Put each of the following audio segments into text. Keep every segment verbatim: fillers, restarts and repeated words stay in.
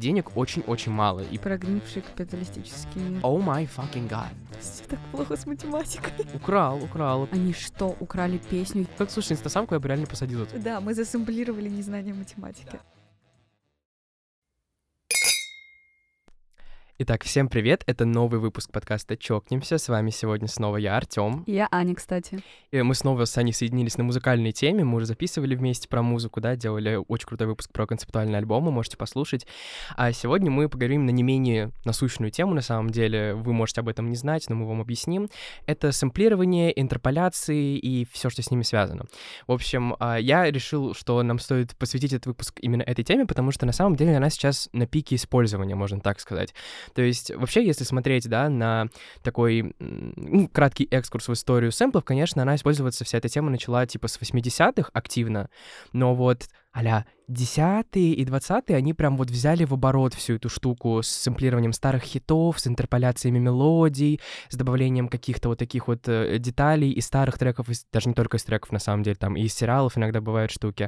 денег очень-очень мало. И... Прогнивший капиталистический мир. Oh my fucking god. Все так плохо с математикой. Украл, украл. Они что, украли песню? Как, слушай, инстасамку я бы реально посадил. Да, мы засэмплировали незнание математики. Итак, всем привет, это новый выпуск подкаста «Чокнемся». С вами сегодня снова я, Артём. И я, Аня, кстати. И мы снова с Аней соединились на музыкальной теме, мы уже записывали вместе про музыку, да, делали очень крутой выпуск про концептуальные альбомы, можете послушать. А сегодня мы поговорим на не менее насущную тему, на самом деле, вы можете об этом не знать, но мы вам объясним. Это сэмплирование, интерполяции и все, что с ними связано. В общем, я решил, что нам стоит посвятить этот выпуск именно этой теме, потому что на самом деле она сейчас на пике использования, можно так сказать. То есть, вообще, если смотреть, да, на такой ну, краткий экскурс в историю сэмплов, конечно, она использоваться, вся эта тема начала типа с восьмидесятых активно, но вот а-ля десятые и двадцатые, они прям вот взяли в оборот всю эту штуку с сэмплированием старых хитов, с интерполяциями мелодий, с добавлением каких-то вот таких вот э, деталей из старых треков, из, даже не только из треков, на самом деле, там и из сериалов иногда бывают штуки.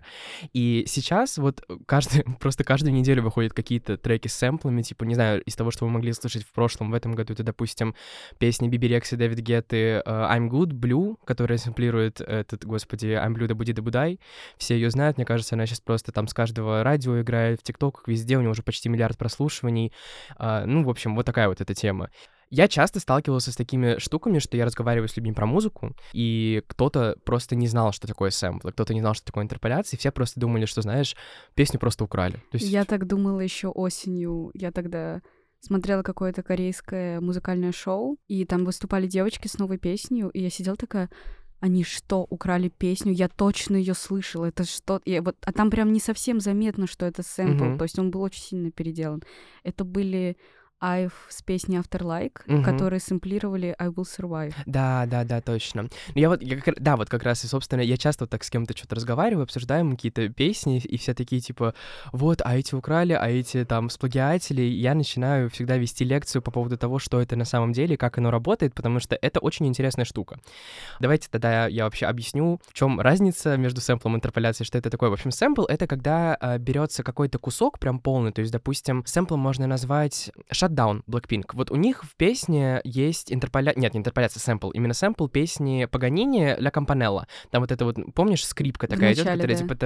И сейчас вот каждый, просто каждую неделю выходят какие-то треки с сэмплами, типа, не знаю, из того, что вы могли слышать в прошлом, в этом году, это, допустим, песни Биби Рекса и Дэвид Гетты uh, I'm Good, Blue, которая сэмплирует этот, господи, I'm Blue, да буди, да будай. Все ее знают, мне кажется, она сейчас просто там с каждого радио играет, в ТикТоках, везде, у него уже почти миллиард прослушиваний. Uh, ну, в общем, вот такая вот эта тема. Я часто сталкивался с такими штуками, что я разговариваю с людьми про музыку, и кто-то просто не знал, что такое сэмпл, кто-то не знал, что такое интерполяция, и все просто думали, что, знаешь, песню просто украли. То есть... Я так думала еще осенью, я тогда смотрела какое-то корейское музыкальное шоу, и там выступали девочки с новой песней, и я сидела такая... Они что, украли песню? Я точно ее слышала. Это что? Я вот, а там прям не совсем заметно, что это сэмпл. Mm-hmm. То есть он был очень сильно переделан. Это были Айв с песней After Like, mm-hmm. которые сэмплировали I Will Survive. Да, да, да, точно. Я вот, я, да, вот как раз и, собственно, я часто вот так с кем-то что-то разговариваю, обсуждаем какие-то песни, и все такие, типа, вот, а эти украли, а эти там сплагиатели. Я начинаю всегда вести лекцию по поводу того, что это на самом деле, как оно работает, потому что это очень интересная штука. Давайте тогда я вообще объясню, в чем разница между сэмплом и интерполяцией, что это такое. В общем, сэмпл — это когда э, берется какой-то кусок прям полный, то есть, допустим, сэмплом можно назвать Shutdown, Blackpink. Вот у них в песне есть интерполяция... Нет, не интерполяция, сэмпл. Именно сэмпл песни Паганини «Ля Кампанелла». Там вот это вот, помнишь, скрипка такая идет, которая типа...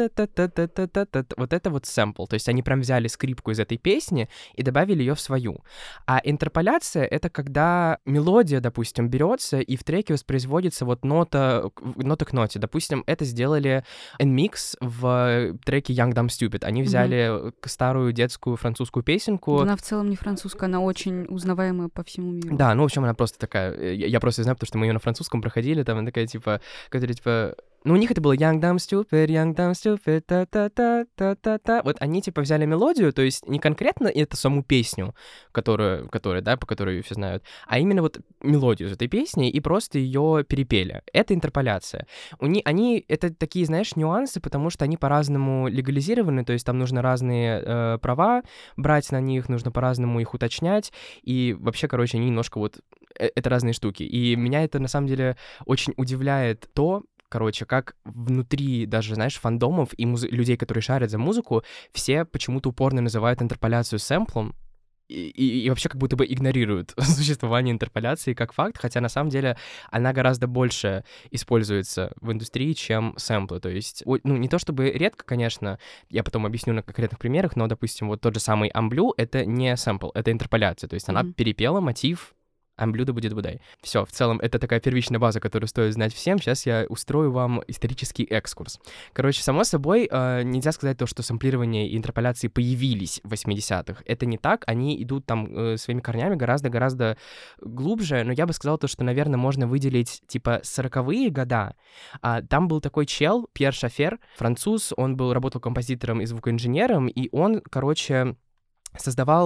Вот это вот сэмпл. То есть они прям взяли скрипку из этой песни и добавили ее в свою. А интерполяция — это когда мелодия, допустим, берется и в треке воспроизводится вот нота, нота к ноте. Допустим, это сделали N-Mix в треке Young Dumb Stupid. Они взяли mm-hmm. старую детскую французскую песенку. Она в целом не французская, она очень узнаваемая по всему миру. Да, ну, в общем, она просто такая... Я, я просто знаю, потому что мы ее на французском проходили, там она такая, типа, которая, типа... Ну, у них это было Young Dumb Stupid, Young Dumb Stupid, та-та-та-та-та-та. Вот они, типа, взяли мелодию, то есть не конкретно эту саму песню, которую, которая, да, по которой ее все знают, а именно вот мелодию из этой песни и просто ее перепели. Это интерполяция. У них, они, это такие, знаешь, нюансы, потому что они по-разному легализированы, то есть там нужно разные э, права брать на них, нужно по-разному их уточнять, и вообще, короче, они немножко вот... Это разные штуки. И меня это, на самом деле, очень удивляет то, короче, как внутри даже, знаешь, фандомов и муз... людей, которые шарят за музыку, все почему-то упорно называют интерполяцию сэмплом и, и, и вообще как будто бы игнорируют существование интерполяции как факт, хотя на самом деле она гораздо больше используется в индустрии, чем сэмплы. То есть, ну, не то чтобы редко, конечно, я потом объясню на конкретных примерах, но, допустим, вот тот же самый I'm Blue — это не сэмпл, это интерполяция, то есть она mm-hmm. перепела мотив I'm Blue, да будет будай. Все, в целом, это такая первичная база, которую стоит знать всем. Сейчас я устрою вам исторический экскурс. Короче, само собой, э, нельзя сказать то, что сэмплирование и интерполяции появились в восьмидесятых. Это не так, они идут там э, своими корнями гораздо-гораздо глубже, но я бы сказал то, что, наверное, можно выделить, типа, сороковые года. А, там был такой чел, Пьер Шафер, француз, он был, работал композитором и звукоинженером, и он, короче, создавал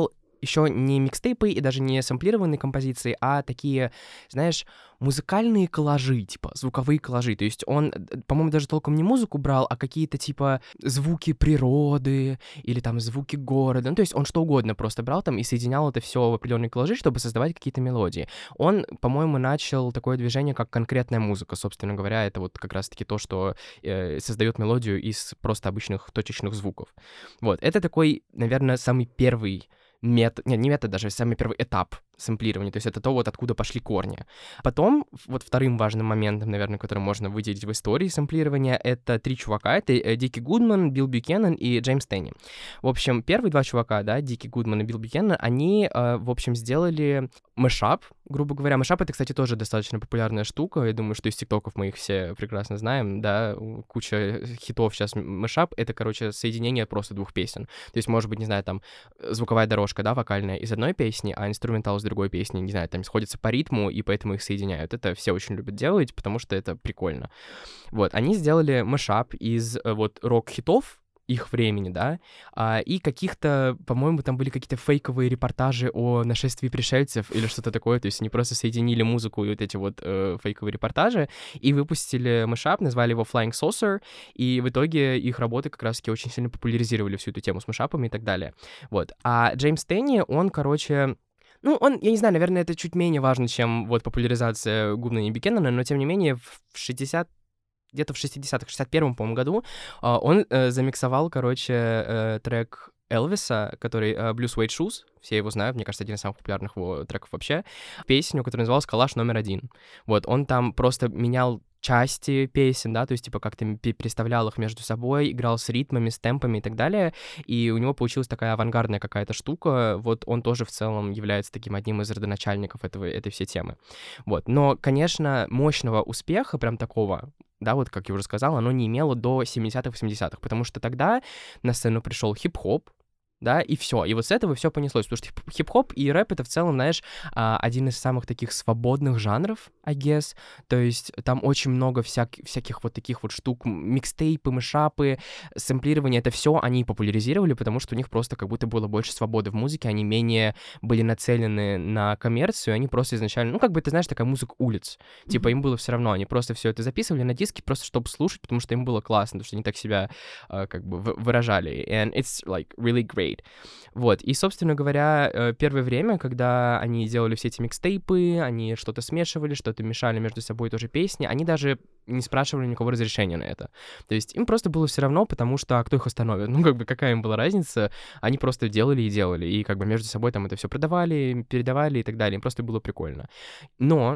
еще не микстейпы и даже не сэмплированные композиции, а такие, знаешь, музыкальные коллажи, типа, звуковые коллажи. То есть он, по-моему, даже толком не музыку брал, а какие-то, типа, звуки природы или там звуки города. Ну, то есть он что угодно просто брал там и соединял это все в определенные коллажи, чтобы создавать какие-то мелодии. Он, по-моему, начал такое движение, как конкретная музыка, собственно говоря. Это вот как раз-таки то, что э, создает мелодию из просто обычных точечных звуков. Вот. Это такой, наверное, самый первый метод, не, не метод даже, самый первый этап сэмплирования, то есть это то, вот откуда пошли корни. Потом, вот вторым важным моментом, наверное, который можно выделить в истории сэмплирования, это три чувака, это Дики Гудман, Билл Бьюкенен и Джеймс Тенни. В общем, первые два чувака, да, Дики Гудман и Билл Бьюкенен, они, э, в общем, сделали мэшап, грубо говоря. Мэшап — это, кстати, тоже достаточно популярная штука, я думаю, что из тиктоков мы их все прекрасно знаем, да, куча хитов сейчас. Мэшап — это, короче, соединение просто двух песен. То есть, может быть, не знаю, там, звуковая дорожка, да, вокальная из одной песни, а инструментал из другой песни, не знаю, там сходятся по ритму, и поэтому их соединяют. Это все очень любят делать, потому что это прикольно. Вот, они сделали мэшап из вот рок-хитов их времени, да, а, и каких-то, по-моему, там были какие-то фейковые репортажи о нашествии пришельцев или что-то такое, то есть они просто соединили музыку и вот эти вот э, фейковые репортажи и выпустили мэшап, назвали его Flying Saucer, и в итоге их работы как раз-таки очень сильно популяризировали всю эту тему с мэшапами и так далее. Вот. А Джеймс Тенни, он, короче... Ну, он, я не знаю, наверное, это чуть менее важно, чем вот популяризация Гудмана и Бьюкенена, но, тем не менее, в шестьдесят где-то в шестидесятых, шестьдесят первом, по-моему, году он э, замиксовал, короче, э, трек Элвиса, который э, Blue Suede Shoes, все его знают, мне кажется, один из самых популярных его треков вообще, песню, которая называлась «Коллаж номер один». Вот, он там просто менял части песен, да, то есть, типа, как-то переставлял их между собой, играл с ритмами, с темпами и так далее, и у него получилась такая авангардная какая-то штука, вот он тоже в целом является таким одним из родоначальников этого, этой всей темы. Вот, но, конечно, мощного успеха, прям такого, да, вот как я уже сказал, оно не имело до семидесятых, восьмидесятых, потому что тогда на сцену пришел хип-хоп, да, и все. И вот с этого все понеслось, потому что хип-хоп и рэп — это в целом, знаешь, один из самых таких свободных жанров, I guess, то есть там очень много всяк... всяких вот таких вот штук, микстейпы, мэшапы, сэмплирование, это все они популяризировали, потому что у них просто как будто было больше свободы в музыке, они менее были нацелены на коммерцию, они просто изначально, ну, как бы, ты знаешь, такая музыка улиц, mm-hmm. типа им было все равно, они просто все это записывали на диски, просто чтобы слушать, потому что им было классно, потому что они так себя как бы выражали, and it's like really great. Вот, и, собственно говоря, первое время, когда они делали все эти микстейпы, они что-то смешивали, что-то мешали между собой тоже песни, они даже не спрашивали никого разрешения на это. То есть им просто было все равно, потому что а кто их остановит? Ну, как бы, какая им была разница? Они просто делали и делали, и как бы между собой там это все продавали, передавали и так далее, им просто было прикольно. Но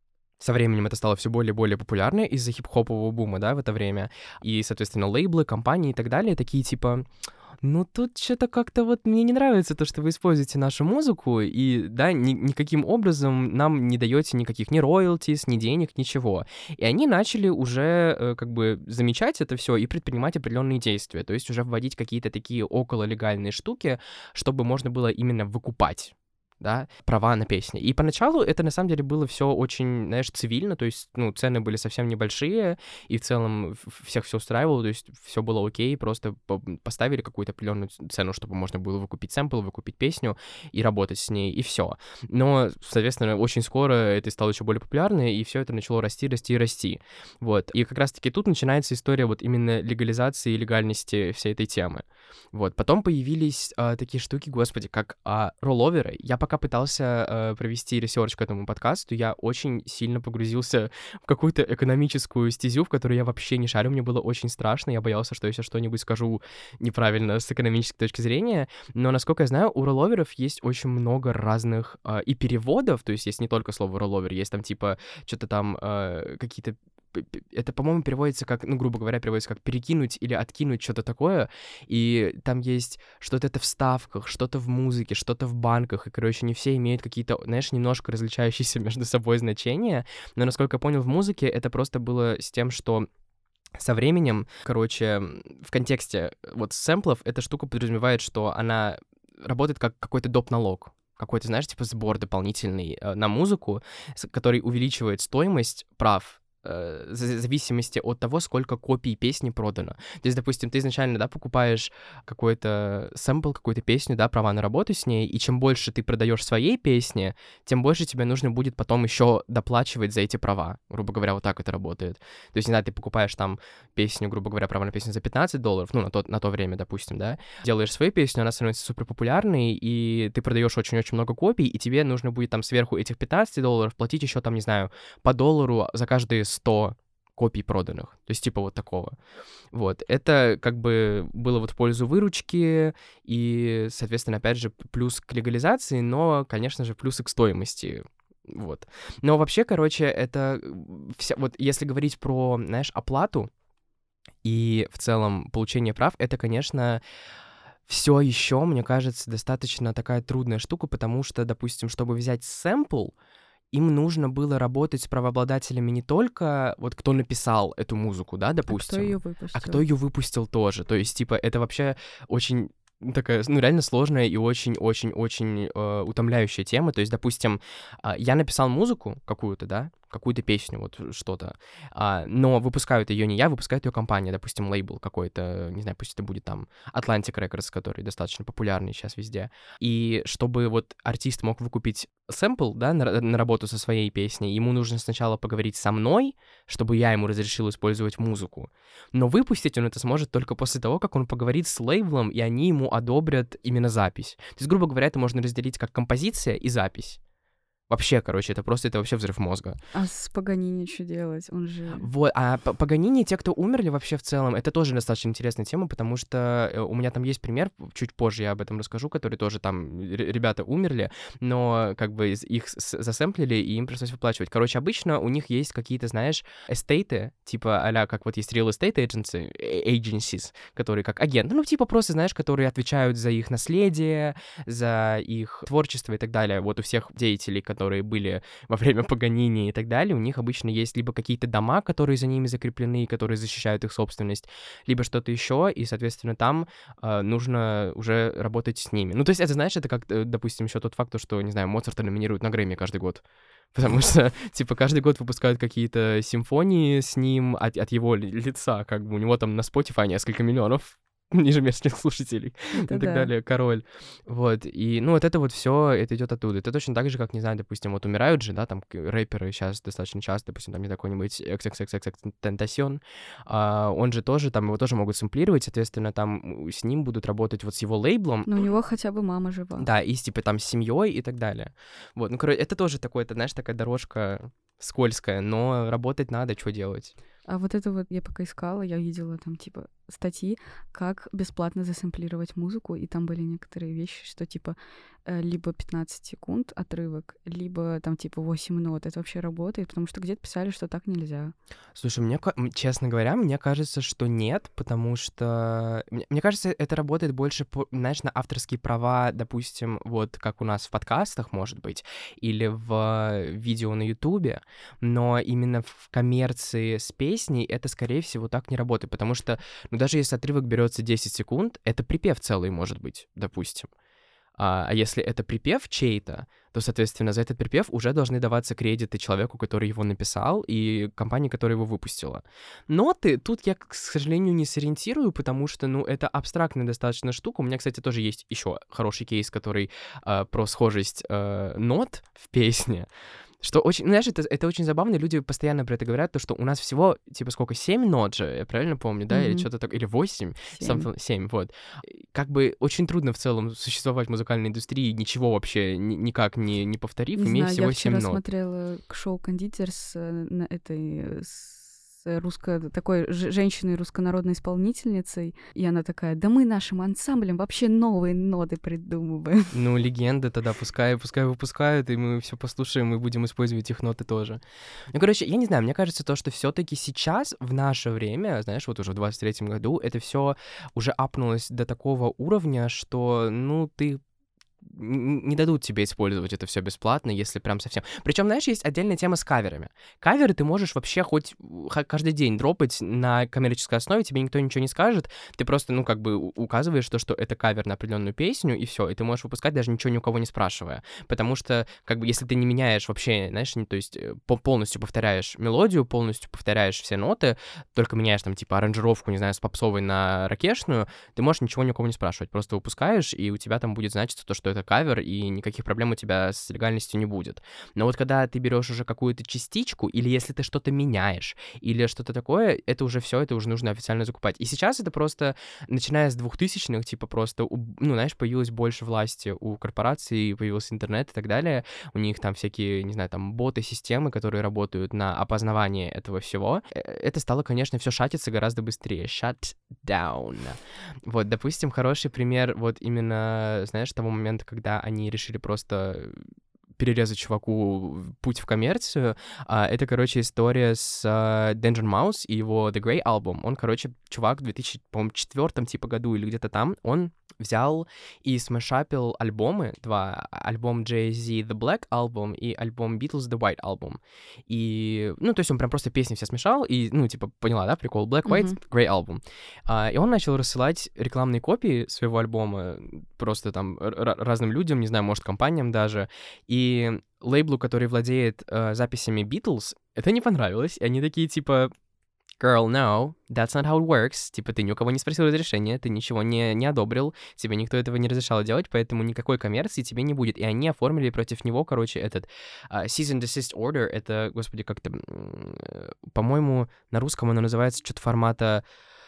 со временем это стало все более и более популярно из-за хип-хопового бума, да, в это время, и, соответственно, лейблы, компании и так далее, такие типа... Ну, тут что-то как-то вот мне не нравится то, что вы используете нашу музыку, и, да, ни, никаким образом нам не даете никаких ни роялтис, ни денег, ничего. И они начали уже э, как бы замечать это все и предпринимать определенные действия, то есть уже вводить какие-то такие окололегальные штуки, чтобы можно было именно выкупать, да, права на песни. И поначалу это, на самом деле, было все очень, знаешь, цивильно, то есть, ну, цены были совсем небольшие, и в целом всех все устраивало, то есть все было окей, просто поставили какую-то определенную цену, чтобы можно было выкупить сэмпл, выкупить песню и работать с ней, и все. Но, соответственно, очень скоро это стало еще более популярно, и все это начало расти, расти и расти. Вот. И как раз-таки тут начинается история вот именно легализации и легальности всей этой темы. Вот. Потом появились а, такие штуки, господи, как а, ролловеры. Я пока пытался э, провести ресерч к этому подкасту, я очень сильно погрузился в какую-то экономическую стезю, в которой я вообще не шарю, мне было очень страшно, я боялся, что я сейчас что-нибудь скажу неправильно с экономической точки зрения, но, насколько я знаю, у ролловеров есть очень много разных э, и переводов, то есть есть не только слово ролловер, есть там типа что-то там э, какие-то это, по-моему, переводится как, ну, грубо говоря, переводится как перекинуть или откинуть, что-то такое, и там есть что-то это в ставках, что-то в музыке, что-то в банках, и, короче, не все имеют какие-то, знаешь, немножко различающиеся между собой значения, но, насколько я понял, в музыке это просто было с тем, что со временем, короче, в контексте вот сэмплов эта штука подразумевает, что она работает как какой-то доп. Налог, какой-то, знаешь, типа сбор дополнительный э, на музыку, который увеличивает стоимость прав э, в зависимости от того, сколько копий песни продано. То есть, допустим, ты изначально, да, покупаешь какой-то сэмпл, какую-то песню, да, права на работу с ней, и чем больше ты продаешь своей песни, тем больше тебе нужно будет потом еще доплачивать за эти права. Грубо говоря, вот так это работает. То есть, не знаю, ты покупаешь там песню, грубо говоря, права на песню за пятнадцать долларов, ну, на то, на то время, допустим, да, делаешь свою песню, она становится супер популярной, и ты продаешь очень-очень много копий, и тебе нужно будет там сверху этих пятнадцать долларов платить еще там, не знаю, по доллару за каждые сто копий проданных. То есть типа вот такого. Вот. Это как бы было вот в пользу выручки и, соответственно, опять же, плюс к легализации, но, конечно же, плюсы к стоимости. Вот. Но вообще, короче, это вся... Вот если говорить про, знаешь, оплату и в целом получение прав, это, конечно... Все еще, мне кажется, достаточно такая трудная штука, потому что, допустим, чтобы взять сэмпл, им нужно было работать с правообладателями не только вот кто написал эту музыку, да, допустим, а кто ее выпустил, а кто ее выпустил тоже. То есть, типа, это вообще очень такая, ну, реально сложная и очень-очень-очень э, утомляющая тема. То есть, допустим, э, я написал музыку какую-то, да, какую-то песню, вот что-то, а, но выпускают ее не я, выпускает ее компания, допустим, лейбл какой-то, не знаю, пусть это будет там Atlantic Records, который достаточно популярный сейчас везде. И чтобы вот артист мог выкупить сэмпл, да, на, на работу со своей песней, ему нужно сначала поговорить со мной, чтобы я ему разрешил использовать музыку. Но выпустить он это сможет только после того, как он поговорит с лейблом, и они ему одобрят именно запись. То есть, грубо говоря, это можно разделить как композиция и запись. Вообще, короче, это просто, это вообще взрыв мозга. А с Паганини что делать? Он же... Вот, а Паганини, те, кто умерли вообще в целом, это тоже достаточно интересная тема, потому что у меня там есть пример, чуть позже я об этом расскажу, который тоже там, ребята умерли, но как бы их засэмплили, и им пришлось выплачивать. Короче, обычно у них есть какие-то, знаешь, эстейты, типа а-ля, как вот есть real estate agency, agencies, которые как агенты, ну, типа просто, знаешь, которые отвечают за их наследие, за их творчество и так далее. Вот у всех деятелей, которые которые были во время Паганини и так далее, у них обычно есть либо какие-то дома, которые за ними закреплены, которые защищают их собственность, либо что-то еще, и, соответственно, там э, нужно уже работать с ними. Ну, то есть это, знаешь, это как, допустим, еще тот факт, что, не знаю, Моцарта номинируют на Грэмми каждый год. Потому что, типа, каждый год выпускают какие-то симфонии с ним от, от его лица, как бы у него там на Spotify несколько миллионов ежемесячных слушателей это и так да. далее, король. Вот, и, ну, вот это вот все это идет оттуда. Это точно так же, как, не знаю, допустим, вот умирают же, да, там, рэперы сейчас достаточно часто, допустим, там, не какой-нибудь XXXXTentacion, а, он же тоже, там, его тоже могут сэмплировать, соответственно, там с ним будут работать вот с его лейблом. Но у него хотя бы мама жива. Да, и, типа, там, с семьей и так далее. Вот, ну, короче, это тоже такое, это, знаешь, такая дорожка скользкая, но работать надо, что делать. А вот это вот я пока искала, я видела там, типа, статьи, как бесплатно засэмплировать музыку, и там были некоторые вещи, что, типа, либо пятнадцать секунд отрывок, либо там, типа, восемь нот. Это вообще работает, потому что где-то писали, что так нельзя. Слушай, мне, честно говоря, мне кажется, что нет, потому что... Мне, мне кажется, это работает больше, по, знаешь, на авторские права, допустим, вот как у нас в подкастах, может быть, или в видео на Ютубе, но именно в коммерции с песней это, скорее всего, так не работает, потому что, ну, даже если отрывок берется десять секунд, это припев целый, может быть, допустим. А, а если это припев чей-то, то, соответственно, за этот припев уже должны даваться кредиты человеку, который его написал, и компании, которая его выпустила. Ноты тут я, к сожалению, не сориентирую, потому что, ну, это абстрактная достаточно штука. У меня, кстати, тоже есть еще хороший кейс, который э, про схожесть э, нот в песне. Что очень, знаешь, это, это очень забавно, люди постоянно про это говорят, то, что у нас всего, типа, сколько, семь нот же, я правильно помню, да, mm-hmm. или что-то так, или восемь, семь, вот. Как бы очень трудно в целом существовать в музыкальной индустрии, ничего вообще ни, никак не, не повторив, не имея знаю, всего семь нот. Я вчера смотрела шоу «Кондитер» с на этой... С... русско... такой женщиной руссконародной исполнительницей, и она такая: да мы нашим ансамблем вообще новые ноты придумываем. Ну, легенды тогда, пускай, пускай выпускают, и мы все послушаем, и будем использовать их ноты тоже. Ну, короче, я не знаю, мне кажется, то, что все-таки сейчас, в наше время, знаешь, вот уже в двадцать третьем году, это все уже апнулось до такого уровня, что, ну, ты не дадут тебе использовать это все бесплатно, если прям совсем... Причем, знаешь, есть отдельная тема с каверами. Каверы ты можешь вообще хоть каждый день дропать на коммерческой основе, тебе никто ничего не скажет, ты просто, ну, как бы указываешь то, что это кавер на определенную песню, и все, и ты можешь выпускать даже ничего ни у кого не спрашивая, потому что, как бы, если ты не меняешь вообще, знаешь, не, то есть полностью повторяешь мелодию, полностью повторяешь все ноты, только меняешь там, типа, аранжировку, не знаю, с попсовой на ракешную, ты можешь ничего ни у кого не спрашивать, просто выпускаешь, и у тебя там будет значиться то, что это кавер, и никаких проблем у тебя с легальностью не будет. Но вот когда ты берешь уже какую-то частичку, или если ты что-то меняешь, или что-то такое, это уже все, это уже нужно официально закупать. И сейчас это просто, начиная с двухтысячных, типа просто, ну, знаешь, появилось больше власти у корпораций, появился интернет и так далее, у них там всякие, не знаю, там боты-системы, которые работают на опознавание этого всего. Это стало, конечно, все шатиться гораздо быстрее. Shut down. Вот, допустим, хороший пример вот именно, знаешь, того момента, когда они решили просто перерезать чуваку путь в коммерцию. А, это, короче, история с uh, Danger Mouse и его The Grey Album. Он, короче, чувак в две тысячи четвёртом типа году или где-то там, он взял и смешапил альбомы, два, альбом Jay-Z The Black Album и альбом Beatles The White Album. И, ну, то есть он прям просто песни все смешал, и, ну, типа, поняла, да, прикол? Black, White, mm-hmm. Grey Album. А, и он начал рассылать рекламные копии своего альбома просто там р- разным людям, не знаю, может, компаниям даже, и лейблу, который владеет э, записями Beatles, это не понравилось, и они такие, типа... Girl, no, that's not how it works. Типа, ты ни у кого не спросил разрешения, ты ничего не, не одобрил, тебе никто этого не разрешал делать, поэтому никакой коммерции тебе не будет. И они оформили против него, короче, этот uh, cease and desist order. Это, господи, как-то, uh, по-моему, на русском оно называется что-то формата...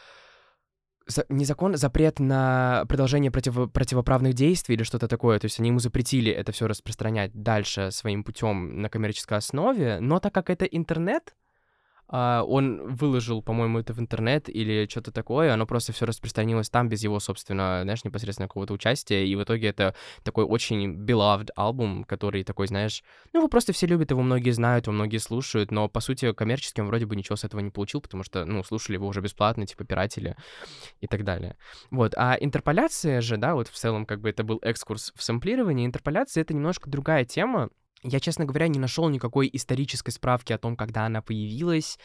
За, не закон, запрет на продолжение против, противоправных действий или что-то такое. То есть они ему запретили это все распространять дальше своим путем на коммерческой основе. Но так как это интернет, Uh, он выложил, по-моему, это в интернет или что-то такое, оно просто все распространилось там без его, собственно, знаешь, непосредственно какого-то участия, и в итоге это такой очень beloved альбом, который такой, знаешь, ну, его просто все любят, его многие знают, его многие слушают, но, по сути, коммерчески он вроде бы ничего с этого не получил, потому что, ну, слушали его уже бесплатно, типа, пиратели и так далее. Вот, а интерполяция же, да, вот в целом, как бы это был экскурс в сэмплировании, интерполяция — это немножко другая тема. Я, честно говоря, не нашел никакой исторической справки о том, когда она появилась,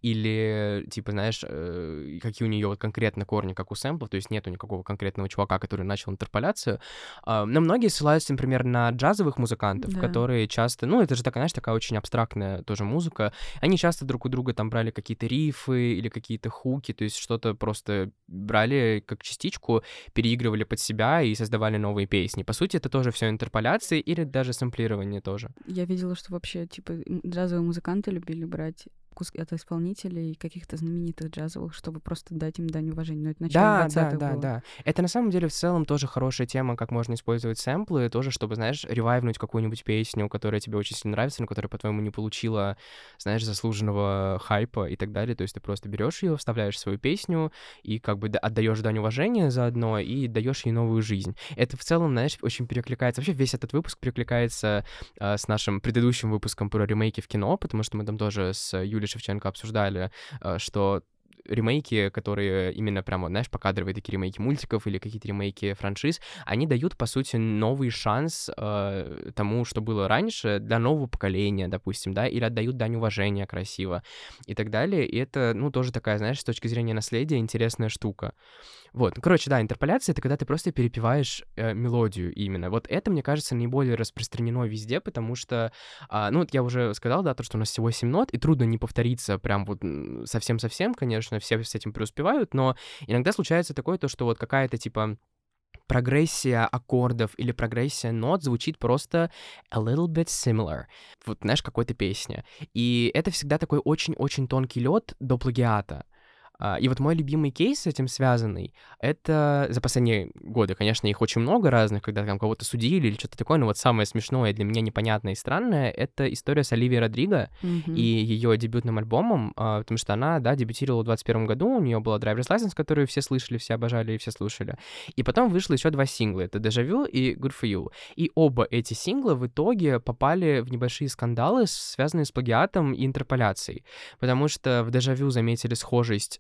или, типа, знаешь, э, какие у нее вот конкретно корни, как у сэмплов, то есть нету никакого конкретного чувака, который начал интерполяцию. Э, но многие ссылаются, например, на джазовых музыкантов, да. которые часто, ну, это же такая, знаешь, такая очень абстрактная тоже музыка, они часто друг у друга там брали какие-то рифы или какие-то хуки, то есть что-то просто брали как частичку, переигрывали под себя и создавали новые песни. По сути, это тоже все интерполяции или даже сэмплирование тоже. Я видела, что вообще, типа, джазовые музыканты любили брать куски от исполнителей каких-то знаменитых джазовых, чтобы просто дать им дань уважения. Но это начало двадцатых да, да, было. да. Это на самом деле в целом тоже хорошая тема, как можно использовать сэмплы, тоже, чтобы, знаешь, ревайвнуть какую-нибудь песню, которая тебе очень сильно нравится, но которая, по-твоему, не получила, знаешь, заслуженного хайпа и так далее. То есть ты просто берешь ее, вставляешь в свою песню и как бы отдаешь дань уважения заодно и даешь ей новую жизнь. Это в целом, знаешь, очень перекликается. Вообще весь этот выпуск перекликается э, с нашим предыдущим выпуском про ремейки в кино, потому что мы там тоже с Юлей Шевченко обсуждали, что ремейки, которые именно прямо, знаешь, покадровые такие ремейки мультиков или какие-то ремейки франшиз, они дают, по сути, новый шанс э, тому, что было раньше, для нового поколения, допустим, да, или отдают дань уважения красиво и так далее. И это, ну, тоже такая, знаешь, с точки зрения наследия интересная штука. Вот, ну, короче, да, интерполяция — это когда ты просто перепеваешь э, мелодию именно. Вот это, мне кажется, наиболее распространено везде, потому что, э, ну, вот я уже сказал, да, то, что у нас всего семь нот, и трудно не повториться прям вот совсем-совсем, конечно, все с этим преуспевают, но иногда случается такое, то, что вот какая-то, типа, прогрессия аккордов или прогрессия нот звучит просто a little bit similar. Вот, знаешь, какой-то песне. И это всегда такой очень-очень тонкий лед до плагиата. И вот мой любимый кейс с этим связанный, это за последние годы, конечно, их очень много разных, когда там кого-то судили или что-то такое, но вот самое смешное для меня, непонятное и странное, это история с Оливией Родриго mm-hmm. и ее дебютным альбомом, потому что она, да, дебютировала в двадцать первом году, у нее была Driver's License, которую все слышали, все обожали и все слушали, и потом вышло еще два сингла, это Deja Vu и Good For You, и оба эти сингла в итоге попали в небольшие скандалы, связанные с плагиатом и интерполяцией, потому что в Deja Vu заметили схожесть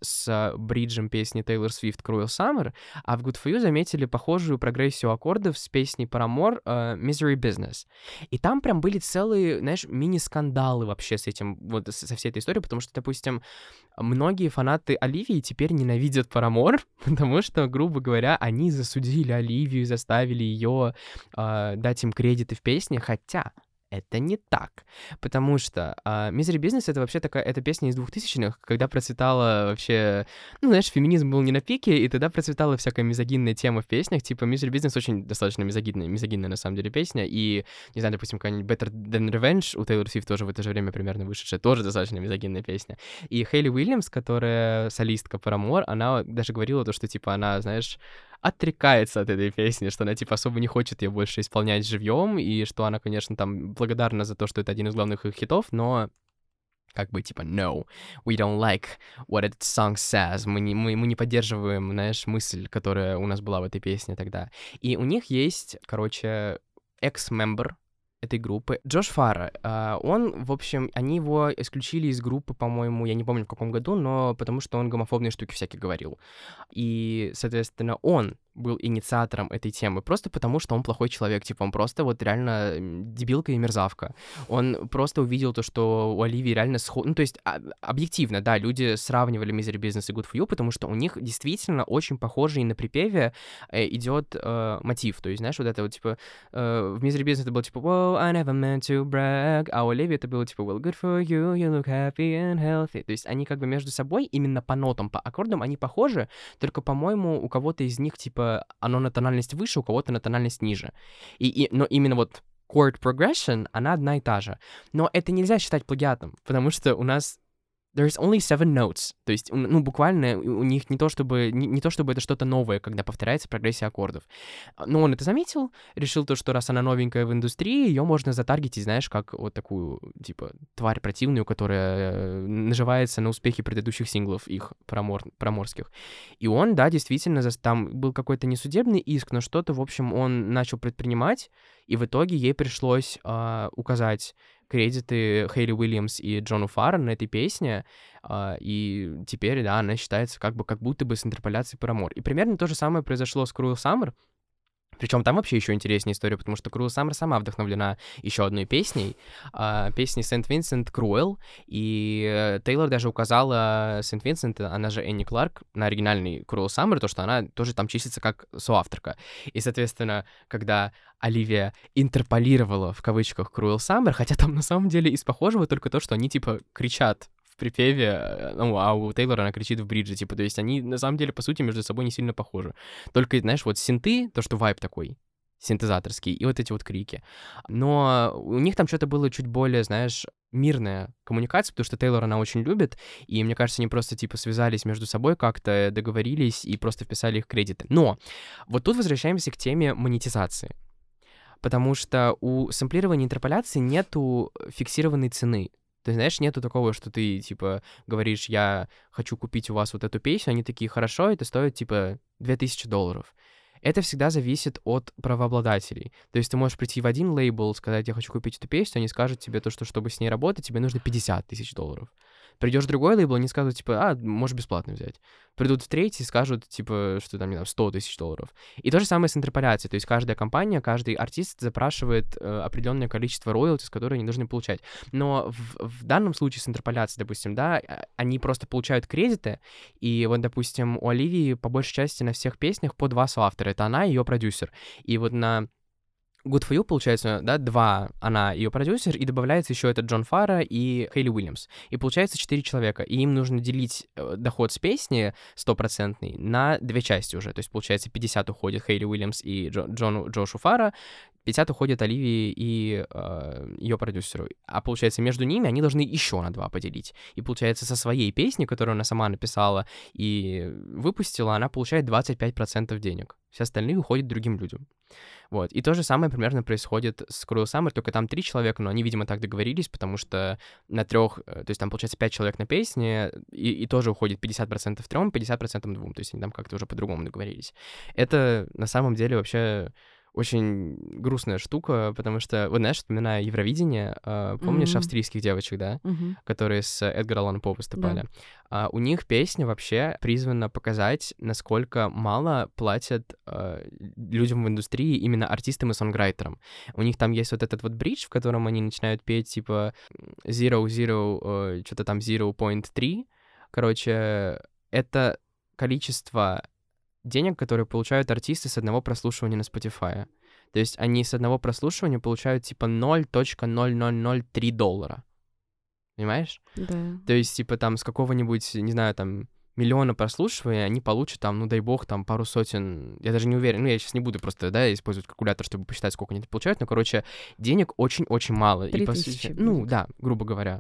с бриджем песни Taylor Swift Cruel Summer, а в Good For You заметили похожую прогрессию аккордов с песней Paramore uh, Misery Business. И там прям были целые, знаешь, мини-скандалы вообще с этим, вот со всей этой историей, потому что, допустим, многие фанаты Оливии теперь ненавидят Paramore, потому что, грубо говоря, они засудили Оливию и заставили ее uh, дать им кредиты в песне, хотя это не так, потому что uh, Misery Business — это вообще такая, это песня из двухтысячных, когда процветала вообще, ну, знаешь, феминизм был не на пике, и тогда процветала всякая мизогинная тема в песнях, типа Misery Business очень достаточно мизогинная, мизогинная на самом деле песня, и, не знаю, допустим, какая-нибудь Better Than Revenge у Taylor Swift тоже в это же время примерно вышедшая, тоже достаточно мизогинная песня. И Хейли Уильямс, которая солистка Paramore, она даже говорила то, что, типа, она, знаешь, отрекается от этой песни, что она, типа, особо не хочет ее больше исполнять живьем, и что она, конечно, там благодарна за то, что это один из главных их хитов, но как бы, типа, no, we don't like what that song says. Мы не, мы, мы не поддерживаем, знаешь, мысль, которая у нас была в этой песне тогда. И у них есть, короче, экс-мембер этой группы, Джош Фарро. Uh, он, в общем, они его исключили из группы, по-моему, я не помню в каком году, но потому что он гомофобные штуки всякие говорил. И, соответственно, он был инициатором этой темы, просто потому что он плохой человек, типа, он просто вот реально дебилка и мерзавка. Он просто увидел то, что у Оливии реально сход... Ну, то есть, а- объективно, да, люди сравнивали Misery Business и Good For You, потому что у них действительно очень похожий на припеве э, идет э, мотив, то есть, знаешь, вот это вот, типа, э, в Misery Business это было, типа, wow, I never meant to brag, а у Оливии это было, типа, well, good for you, you look happy and healthy, то есть, они как бы между собой, именно по нотам, по аккордам, они похожи, только, по-моему, у кого-то из них, типа, оно на тональность выше, у кого-то на тональность ниже. И, и, но именно вот chord progression, она одна и та же. Но это нельзя считать плагиатом, потому что у нас there's only seven notes. То есть, ну, буквально у них не то, чтобы, не, не то, чтобы это что-то новое, когда повторяется прогрессия аккордов. Но он это заметил, решил то, что раз она новенькая в индустрии, ее можно затаргетить, знаешь, как вот такую, типа, тварь противную, которая наживается на успехе предыдущих синглов их промор, проморских. И он, да, действительно, там был какой-то несудебный иск, но что-то, в общем, он начал предпринимать, и в итоге ей пришлось э, указать кредиты Хейли Уильямс и Джону Фарро на этой песне, uh, и теперь, да, она считается как бы как будто бы с интерполяцией Paramore. И примерно то же самое произошло с Cruel Summer. Причем там вообще еще интереснее история, потому что Cruel Summer сама вдохновлена еще одной песней, э, песней Сент-Винсент Cruel, и Тейлор даже указала Сент-Винсент, она же Энни Кларк, на оригинальный Cruel Summer, то, что она тоже там числится как соавторка. И, соответственно, когда Оливия интерполировала, в кавычках, Cruel Summer, хотя там на самом деле из похожего только то, что они, типа, кричат в припеве, ну, а у Тейлора она кричит в бридже, типа, то есть они, на самом деле, по сути, между собой не сильно похожи. Только, знаешь, вот синты, то, что вайб такой, синтезаторский, и вот эти вот крики. Но у них там что-то было чуть более, знаешь, мирная коммуникация, потому что Тейлор она очень любит, и, мне кажется, они просто, типа, связались между собой как-то, договорились и просто вписали их кредиты. Но вот тут возвращаемся к теме монетизации. Потому что у сэмплирования и интерполяции нету фиксированной цены. Ты знаешь, нету такого, что ты, типа, говоришь, я хочу купить у вас вот эту песню, они такие, хорошо, это стоит, типа, две тысячи долларов. Это всегда зависит от правообладателей. То есть ты можешь прийти в один лейбл, сказать, я хочу купить эту песню, они скажут тебе то, что чтобы с ней работать, тебе нужно пятьдесят тысяч долларов. Придешь в другой лейбл, они скажут, типа, а, можешь бесплатно взять. Придут в третий, скажут, типа, что там, не знаю, сто тысяч долларов. И то же самое с интерполяцией. То есть каждая компания, каждый артист запрашивает э, определенное количество роялти, которые они должны получать. Но в, в данном случае с интерполяцией, допустим, да, они просто получают кредиты, и вот, допустим, у Оливии по большей части на всех песнях по два соавтора. Это она и ее продюсер. И вот на Good For You, получается, да, два, она ее продюсер, и добавляется еще этот Джон Фарро и Хейли Уильямс. И получается четыре человека, и им нужно делить э, доход с песни стопроцентный на две части уже. То есть, получается, пятьдесят уходит Хейли Уильямс и Джо, Джону, Джошу Фарро, пятьдесят уходит Оливии и э, ее продюсеру. А получается, между ними они должны еще на два поделить. И получается, со своей песни, которую она сама написала и выпустила, она получает двадцать пять процентов денег. Все остальные уходят другим людям. Вот. И то же самое примерно происходит с Cruel Summer, только там три человека, но они, видимо, так договорились, потому что на трех, то есть там, получается, пять человек на песне, и, и тоже уходит пятьдесят процентов трем, пятьдесят процентов двум, то есть они там как-то уже по-другому договорились. Это на самом деле вообще очень грустная штука, потому что, вот знаешь, вспоминая Евровидение, э, помнишь Мгм. австрийских девочек, да, Мгм. которые с Эдгар Аллан По выступали? Да. А, у них песня вообще призвана показать, насколько мало платят э, людям в индустрии, именно артистам и сонграйтерам. У них там есть вот этот вот бридж, в котором они начинают петь, типа, zero, zero, э, что-то там zero point three. Короче, это количество денег, которые получают артисты с одного прослушивания на Spotify. То есть они с одного прослушивания получают типа ноль целых ноль ноль ноль три доллара. Понимаешь? Да. То есть типа там с какого-нибудь, не знаю, там миллиона прослушиваний они получат там, ну дай бог, там пару сотен, я даже не уверен, ну я сейчас не буду просто, да, использовать калькулятор, чтобы посчитать, сколько они это получают, но, короче, денег очень-очень мало. Три И, по тысячи сути, ну будет. да, грубо говоря.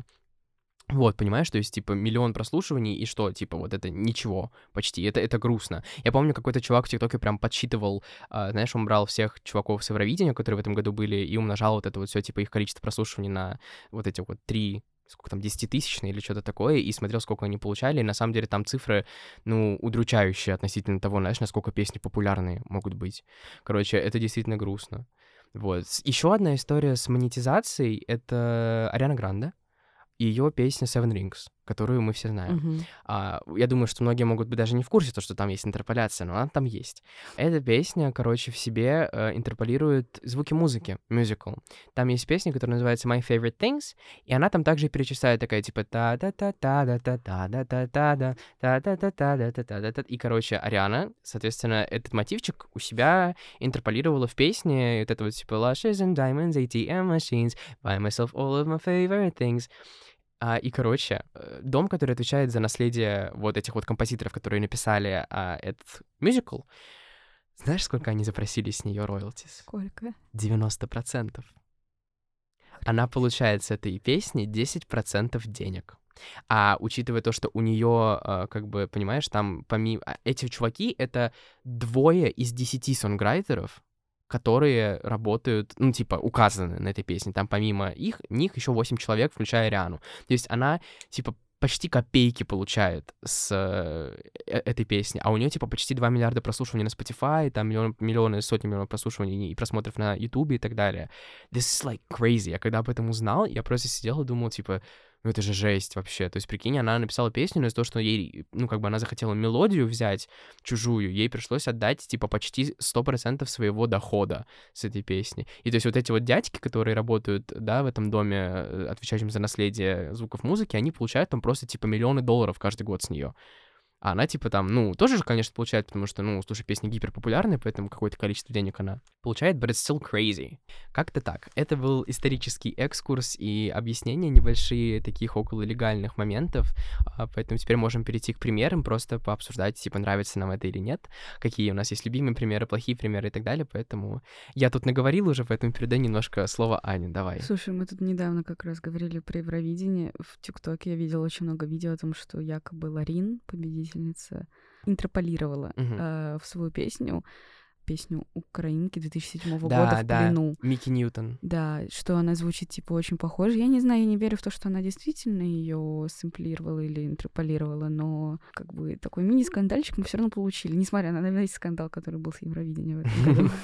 Вот, понимаешь, то есть, типа, миллион прослушиваний, и что, типа, вот это ничего почти, это, это грустно. Я помню, какой-то чувак в ТикТоке прям подсчитывал, а, знаешь, он брал всех чуваков с Евровидения, которые в этом году были, и умножал вот это вот все, типа, их количество прослушиваний на вот эти вот три, сколько там, десятитысячные или что-то такое, и смотрел, сколько они получали, и на самом деле там цифры, ну, удручающие относительно того, знаешь, насколько песни популярные могут быть. Короче, это действительно грустно. Вот. Еще одна история с монетизацией — это Ариана Гранде и ее песня Seven Rings, которую мы все знаем. Мгм. А, я думаю, что многие могут быть даже не в курсе, то, что там есть интерполяция, но она там есть. Эта песня, короче, в себе э, интерполирует звуки музыки, мюзикл. Там есть песня, которая называется My Favorite Things, и она там также перечисляет такая, типа та та та та та та та та та та та та та та та та та та. И, короче, Ариана, соответственно, этот мотивчик у себя интерполировала в песне, вот это вот, типа Lashes and Diamonds, A T M Machines, Buy myself all of my favorite things. А, и, короче, э, дом, который отвечает за наследие вот этих вот композиторов, которые написали а, этот мюзикл, знаешь, сколько они запросили с нее роялтис? Сколько? девяносто процентов. Она получает с этой песни десять процентов денег. А учитывая то, что у нее, как бы, понимаешь, там помимо... Эти чуваки — это двое из десяти сонграйтеров, которые работают, ну, типа, указаны на этой песне. Там помимо их, них еще восемь человек, включая Риану. То есть она, типа, почти копейки получает с э, этой песни, а у нее, типа, почти два миллиарда прослушиваний на Spotify, там миллион, миллионы, сотни миллионов прослушиваний и просмотров на YouTube и так далее. This is, like, crazy. Я когда об этом узнал, я просто сидел и думал, типа, ну это же жесть вообще. То есть, прикинь, она написала песню, но из-за того, что ей, ну, как бы она захотела мелодию взять чужую, ей пришлось отдать, типа, почти сто процентов своего дохода с этой песни. И то есть вот эти вот дядьки, которые работают, да, в этом доме, отвечающим за наследие звуков музыки, они получают там просто, типа, миллионы долларов каждый год с нее. А она, типа, там, ну, тоже же, конечно, получает, потому что, ну, слушай, песни гиперпопулярные, поэтому какое-то количество денег она получает, but it's still crazy. Как-то так. Это был исторический экскурс и объяснения небольшие таких окололегальных моментов, поэтому теперь можем перейти к примерам, просто пообсуждать, типа, нравится нам это или нет, какие у нас есть любимые примеры, плохие примеры и так далее, поэтому я тут наговорил уже, поэтому передай немножко слово Ане, давай. Слушай, мы тут недавно как раз говорили про Евровидение. В ТикТоке я видела очень много видео о том, что якобы Ларин, победительница, интерполировала Мгм. э, в свою песню песню украинки две тысячи седьмого Да, года «В да, плену». Микки Ньютон. Да, что она звучит, типа, очень похоже. Я не знаю, я не верю в то, что она действительно ее сэмплировала или интерполировала, но как бы такой мини-скандальчик мы все равно получили, несмотря на весь скандал, который был с Евровидением в этом году.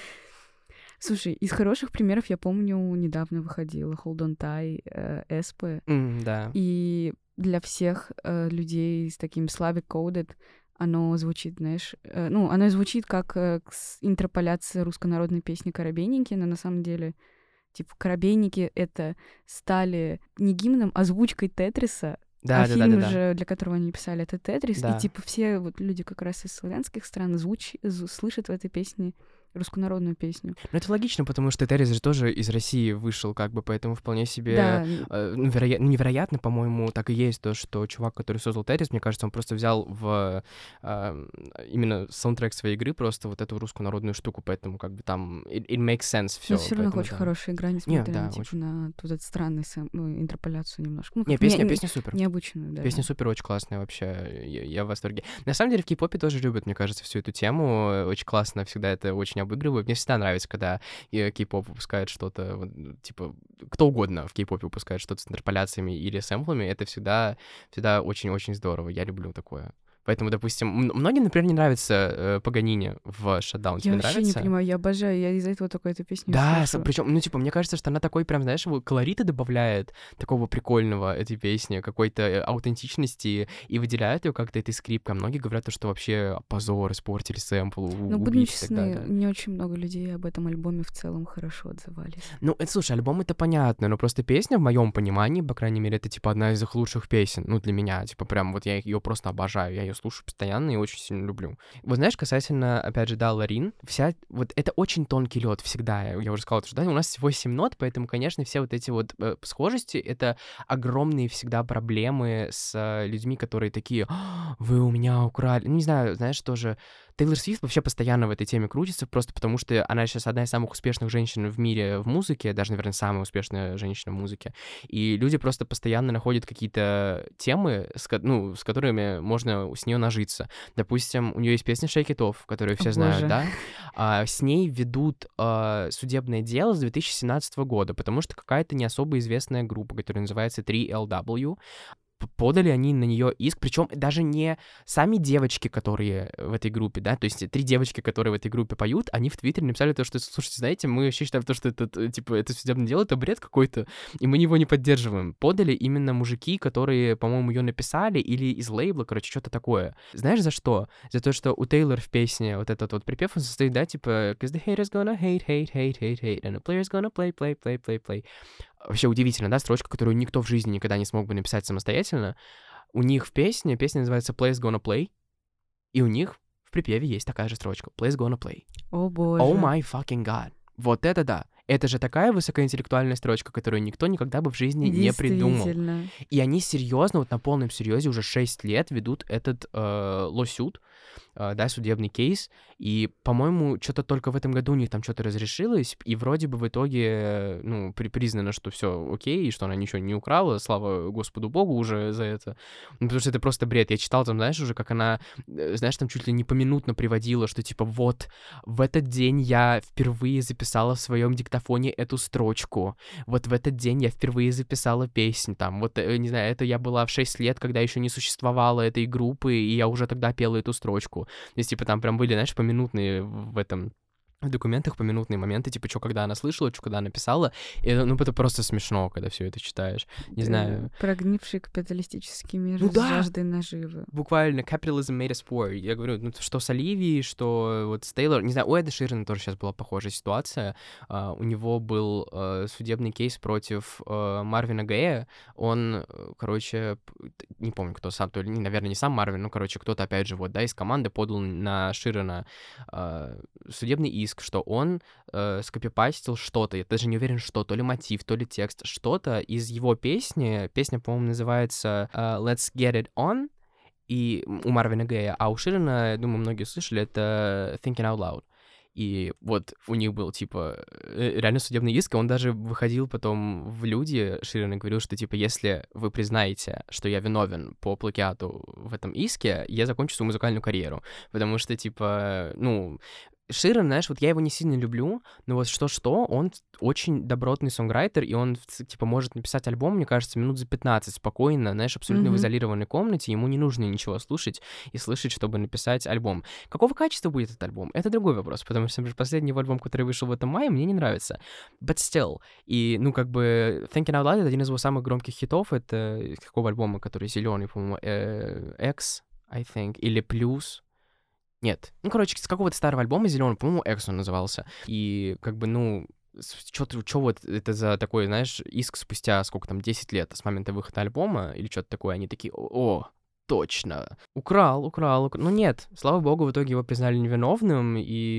Слушай, из хороших примеров я помню, недавно выходила Hold On Tight, э, Эспе, М, да. и для всех э, людей с таким Slavic Coded оно звучит, знаешь, э, ну, оно звучит как э, с- интерполяция руссконародной песни «Коробейники», но на самом деле, типа, «Коробейники» — это стали не гимном, а звучкой Тетриса, Да, а да, да, фильм да, да. же, для которого они писали, это «Тетрис», Да. и, типа, все вот люди как раз из славянских стран звуч... зв- слышат в этой песне руссконародную песню. Ну, это логично, потому что Террис же тоже из России вышел, как бы, поэтому вполне себе... Да, э, ну, вероя- ну, невероятно, по-моему, так и есть то, что чувак, который создал Террис, мне кажется, он просто взял в э, именно саундтрек своей игры просто вот эту русскую народную штуку, поэтому как бы там it, it makes sense все. но все равно очень хорошая игра, несмотря да, на, типа, очень. на вот этот странный сэм- ну, интерполяцию немножко. Ну, Не, как песня, не- песня супер. необычную, да. Песня супер, очень классная вообще, я, я в восторге. На самом деле в кей-попе тоже любят, мне кажется, всю эту тему, очень классно всегда это очень обыгрывают. Мне всегда нравится, когда э, кей-поп выпускает что-то, вот, ну, типа, кто угодно в кей-попе выпускает что-то с интерполяциями или сэмплами, это всегда, всегда очень-очень здорово, я люблю такое. Поэтому, допустим, м- многим, например, не нравится э, Паганини в «Shutdown». Тебе Я вообще нравится? не понимаю, я обожаю, я из-за этого только эту песню Да, слушаю. причем, ну, типа, мне кажется, что она такой прям, знаешь, его колорита добавляет, такого прикольного этой песни, какой-то э, аутентичности, и выделяет ее как-то этой скрипкой. Многие говорят, что вообще позор, испортили сэмпл, у- Ну, будем убить и так честны, далее. не очень много людей об этом альбоме в целом хорошо отзывались. Ну, это, слушай, альбом это понятно, но просто песня, в моем понимании, по крайней мере, это, типа, одна из их лучших песен, ну, для меня, типа, прям вот я ее просто обожаю, я ее слушаю постоянно и очень сильно люблю. Вот знаешь, касательно, опять же, да, Ларин, вся, вот это очень тонкий лед всегда, я, я уже сказал, что да, у нас всего семь нот, поэтому, конечно, все вот эти вот э, схожести, это огромные всегда проблемы с э, людьми, которые такие, «А, вы у меня украли, ну, не знаю, знаешь, тоже... Тейлор Свифт вообще постоянно в этой теме крутится, просто потому что она сейчас одна из самых успешных женщин в мире в музыке, даже, наверное, самая успешная женщина в музыке. И люди просто постоянно находят какие-то темы, с, ко- ну, с которыми можно с нее нажиться. Допустим, у нее есть песня Shake It Off, которую все О, знают, боже. да? А, с ней ведут а, судебное дело с две тысячи семнадцатого года, потому что какая-то не особо известная группа, которая называется три эл дабл ю, п- подали они на нее иск, причем даже не сами девочки, которые в этой группе, да, то есть три девочки, которые в этой группе поют, они в Твиттере написали то, что, слушайте, знаете, мы вообще считаем то, что это, э, типа, это судебное дело, это бред какой-то, и мы его не поддерживаем. Подали именно мужики, которые, по-моему, ее написали, или из лейбла, короче, что-то такое. Знаешь, за что? За то, что у Тейлор в песне вот этот вот припев, он состоит, да, типа, «Cause the haters gonna hate, hate, hate, hate, hate, and the players gonna play, play, play, play, play». Вообще удивительно, да, строчка, которую никто в жизни никогда не смог бы написать самостоятельно. У них в песне, песня называется Play's Gonna Play, и у них в припеве есть такая же строчка. Play's Gonna Play. О, боже. Oh my fucking god. Вот это да. Это же такая высокоинтеллектуальная строчка, которую никто никогда бы в жизни не придумал. Действительно. И они серьезно, вот на полном серьезе уже шесть лет ведут этот э, лосют, э, да, судебный кейс. И, по-моему, что-то только в этом году у них там что-то разрешилось, и вроде бы в итоге, э, ну, при- признано, что все окей, и что она ничего не украла, слава Господу Богу уже за это. Ну, потому что это просто бред. Я читал там, знаешь, уже, как она, э, знаешь, там чуть ли не поминутно приводила, что типа вот, в этот день я впервые записала в своем диктофоне эту строчку. Вот в этот день я впервые записала песню. Там, вот, э, не знаю, это я была в шесть лет, когда еще не существовало этой группы, и я уже тогда пела эту строчку. То есть, типа, там прям были, знаешь, поминутные в этом... в документах поминутные моменты, типа, что когда она слышала, что когда она писала, и, это, ну, это просто смешно, когда все это читаешь. Не Э, знаю. Прогнивший капиталистический мир Ну с да. жаждой наживы. Буквально capitalism made us poor. Я говорю, ну, что с Оливией, что вот с Тейлор. Не знаю, у Эда Ширана тоже сейчас была похожая ситуация. А, у него был а, судебный кейс против а, Марвина Гея. Он, э, короче, п- т- не помню, кто сам, то ли, не- наверное, не сам Марвин, ну, короче, кто-то, опять же, вот, да, из команды подал на Ширана а, судебный иск, что он э, скопипастил что-то, я даже не уверен, что, то ли мотив, то ли текст, что-то из его песни. Песня, по-моему, называется э, Let's Get It On, и м, у Марвина Гея, а у Ширана, я думаю, многие слышали, это Thinking Out Loud. И вот у них был, типа, э, реально судебный иск, и он даже выходил потом в люди, Ширин, и говорил, что, типа, если вы признаете, что я виновен по плагиату в этом иске, я закончу свою музыкальную карьеру. Потому что, типа, ну... Ширан, знаешь, вот я его не сильно люблю, но вот что-что, он очень добротный сонграйтер, и он, ц- типа, может написать альбом, мне кажется, минут за пятнадцать спокойно, знаешь, абсолютно в Мгм. изолированной комнате, ему не нужно ничего слушать и слышать, чтобы написать альбом. Какого качества будет этот альбом? Это другой вопрос, потому что, например, последний его альбом, который вышел в этом мае, мне не нравится. But still. И, ну, как бы, Thinking Out Loud — это один из его самых громких хитов, это из какого альбома, который зеленый, по-моему, э, X, I think, или Плюс. Нет. Ну, короче, с какого-то старого альбома зеленого, по-моему, X он назывался. И, как бы, ну, что вот это за такой, знаешь, иск спустя, сколько там, десять лет с момента выхода альбома или что-то такое, они такие, о, точно, украл, украл, украл. Ну нет, слава богу, в итоге его признали невиновным,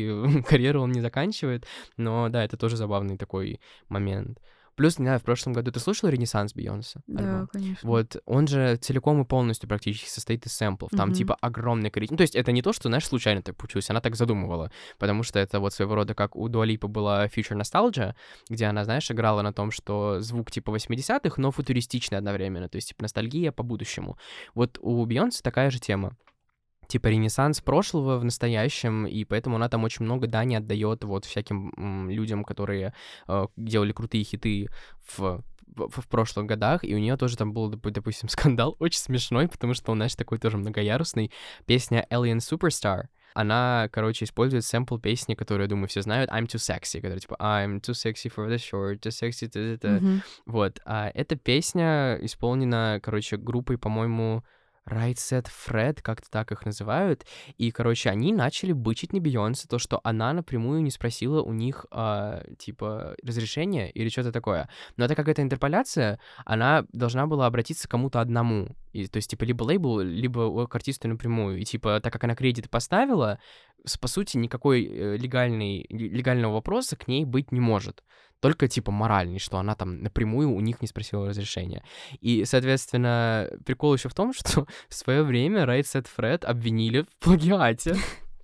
и карьеру он не заканчивает, но да, это тоже забавный такой момент. Плюс, не знаю, в прошлом году ты слушала «Ренессанс» Бейонсе? Да, альбом? конечно. Вот, он же целиком и полностью практически состоит из сэмплов. Там, Мгм. типа, огромное количество... Ну, то есть это не то, что, знаешь, случайно так получилось, она так задумывала, потому что это вот своего рода, как у Дуа Липы была Future Nostalgia, где она, знаешь, играла на том, что звук, типа, восьмидесятых, но футуристичный одновременно, то есть, типа, ностальгия по будущему. Вот у Бейонсе такая же тема. Типа ренессанс прошлого в настоящем, и поэтому она там очень много дани отдает вот всяким м, людям, которые э, делали крутые хиты в в, в прошлых годах, и у нее тоже там был, допустим, скандал очень смешной, потому что он, знаешь, такой тоже многоярусный. Песня Alien Superstar. Она, короче, использует сэмпл песни, которую, я думаю, все знают, I'm Too Sexy, которая типа I'm too sexy for the short, too sexy, т-т-т. Мгм. Вот. А эта песня исполнена, короче, группой, по-моему, Right Said Fred, как-то так их называют. И, короче, они начали бычить на Бейонсе, то, что она напрямую не спросила у них, а, типа, разрешения или что-то такое. Но это какая-то интерполяция, она должна была обратиться к кому-то одному. И, то есть, типа, либо лейбл, либо к артисту напрямую. И, типа, так как она кредит поставила, с- по сути, никакой э, легальный, легального вопроса к ней быть не может. Только, типа, моральный, что она там напрямую у них не спросила разрешения. И, соответственно, прикол еще в том, что в свое время Right Said Fred обвинили в плагиате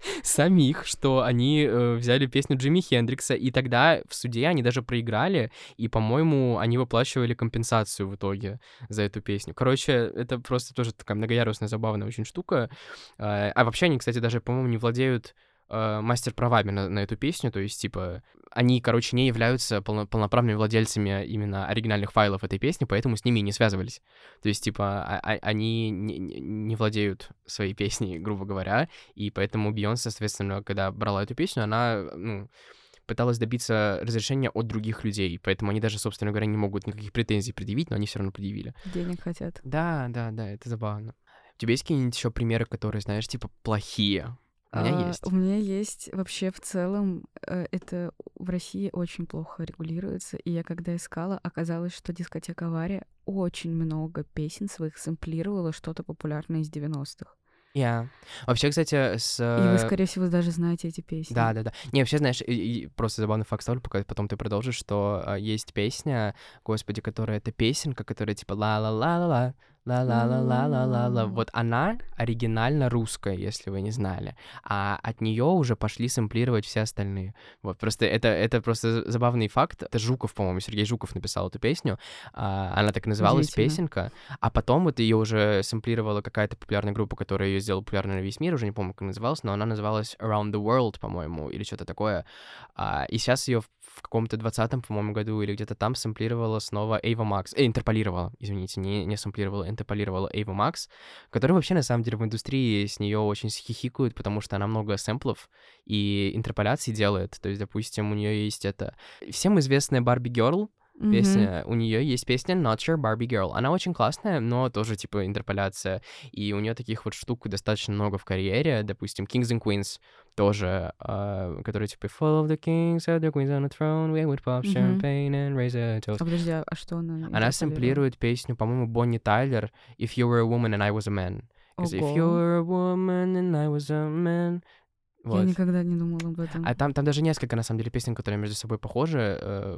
самих, что они э, взяли песню Джимми Хендрикса, и тогда в суде они даже проиграли, и, по-моему, они выплачивали компенсацию в итоге за эту песню. Короче, это просто тоже такая многоярусная, забавная очень штука. А, а вообще они, кстати, даже, по-моему, не владеют э, мастер-правами на, на эту песню, то есть, типа, они, короче, не являются полно- полноправными владельцами именно оригинальных файлов этой песни, поэтому с ними и не связывались. То есть, типа, а- а- они не, не- не владеют своей песней, грубо говоря, и поэтому Бейонсе, соответственно, когда брала эту песню, она, ну, пыталась добиться разрешения от других людей, поэтому они даже, собственно говоря, не могут никаких претензий предъявить, но они все равно предъявили. Денег хотят. Да, да, да, это забавно. У тебя есть какие-нибудь еще примеры, которые, знаешь, типа, плохие? У меня А, есть. У меня есть вообще в целом, э, это в России очень плохо регулируется, и я когда искала, оказалось, что дискотека Авария очень много песен своих сэмплировала что-то популярное из девяностых. Я. Вообще, кстати, с... И вы, э, скорее всего, даже знаете эти песни. Да, да, да. Не, вообще, знаешь, и- и просто забавный факт ставлю, пока потом ты продолжишь, что а, есть песня, господи, которая это песенка, которая типа ла-ла-ла-ла-ла, ла-ла-ла-ла-ла-ла. Вот она оригинально русская, если вы не знали. А от нее уже пошли сэмплировать все остальные. Вот, просто это, это просто забавный факт. Это Жуков, по-моему, Сергей Жуков написал эту песню. А, она так и называлась, Удивительно. песенка. А потом вот ее уже сэмплировала какая-то популярная группа, которая ее сделала популярной на весь мир, уже не помню, как она называлась, но она называлась Around the World, по-моему, или что-то такое. А, и сейчас ее в, в каком-то двадцатом, по-моему, году или где-то там сэмплировала снова Ava Max. Э, интерполировала, извините, не, не сэмплировала, интерполировала Ava Max, которая вообще, на самом деле, в индустрии с нее очень хихикают, потому что она много сэмплов и интерполяций делает. То есть, допустим, у нее есть это... Всем известная Barbie Girl, Мгм. песня, у нее есть песня Not Your Barbie Girl. Она очень классная, но тоже, типа, интерполяция. И у нее таких вот штук достаточно много в карьере. Допустим, Kings and Queens тоже, а, которые, типа, Full of the kings, have the queens on the throne, we would pop Мгм. champagne and raise a toast. А подожди, а а что она Она интерполировала? сэмплирует песню, по-моему, Бонни Тайлер «If you were a woman and I was a man». 'Cause if you Ого. were a woman and I was a man... Я Вот. никогда не думала об этом. А там, там даже несколько, на самом деле, песен, которые между собой похожи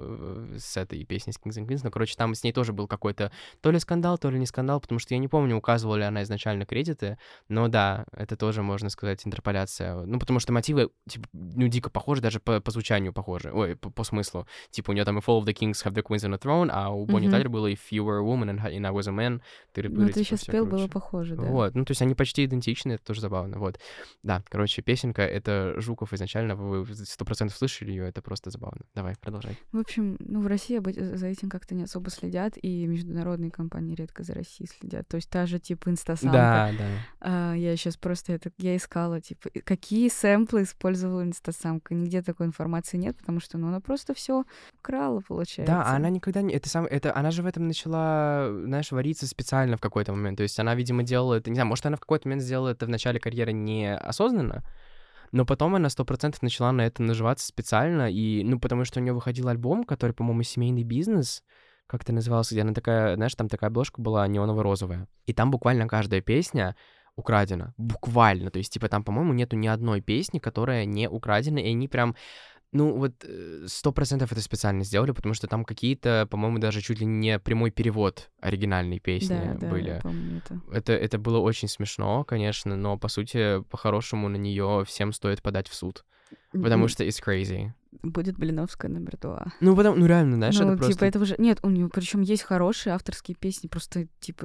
э, с этой песней, с Kings and Queens. Но, короче, там с ней тоже был какой-то то ли скандал, то ли не скандал, потому что я не помню, указывала ли она изначально кредиты. Но да, это тоже, можно сказать, интерполяция. Ну, потому что мотивы, типа, ну, дико похожи, даже по, по звучанию похожи. Ой, по, по смыслу. Типа, у нее там и Fall of the Kings have the queens on the throne, а у Бонни Мгм. Тайлер было If you were a woman and I was a man. Ты Ну, ты типа, сейчас всё, пел, было короче. похоже, да. Вот, ну, то есть они почти идентичны, это тоже забавно, вот. Да, короче, песенка — это Жуков изначально, вы сто процентов слышали ее, это просто забавно. Давай, продолжай. В общем, ну, в России об эти- за этим как-то не особо следят, и международные компании редко за Россией следят. То есть та же, типа, инстасамка. Да, да. А, я сейчас просто это... Я искала, типа, и какие сэмплы использовала инстасамка. Нигде такой информации нет, потому что, ну, она просто все украла, получается. Да, а она никогда не... Это сам... это... Она же в этом начала, знаешь, вариться специально в какой-то момент. То есть она, видимо, делала это... Не знаю, может, она в какой-то момент сделала это в начале карьеры неосознанно, но потом она сто процентов начала на это наживаться специально, и, ну, потому что у нее выходил альбом, который, по-моему, «Семейный бизнес», как это назывался, где она такая, знаешь, там такая обложка была неоново-розовая. И там буквально каждая песня украдена. Буквально. То есть, типа, там, по-моему, нету ни одной песни, которая не украдена, и они прям... Ну, вот сто процентов это специально сделали, потому что там какие-то, по-моему, даже чуть ли не прямой перевод оригинальной песни Да, да, были. я помню это. Это, это было очень смешно, конечно, но, по сути, по-хорошему на нее всем стоит подать в суд. Потому М, что it's crazy. Будет Блиновская номер два. Ну, потому, ну реально, знаешь, Ну, это типа, просто... это уже... Нет, у нее причем есть хорошие авторские песни, просто, типа, их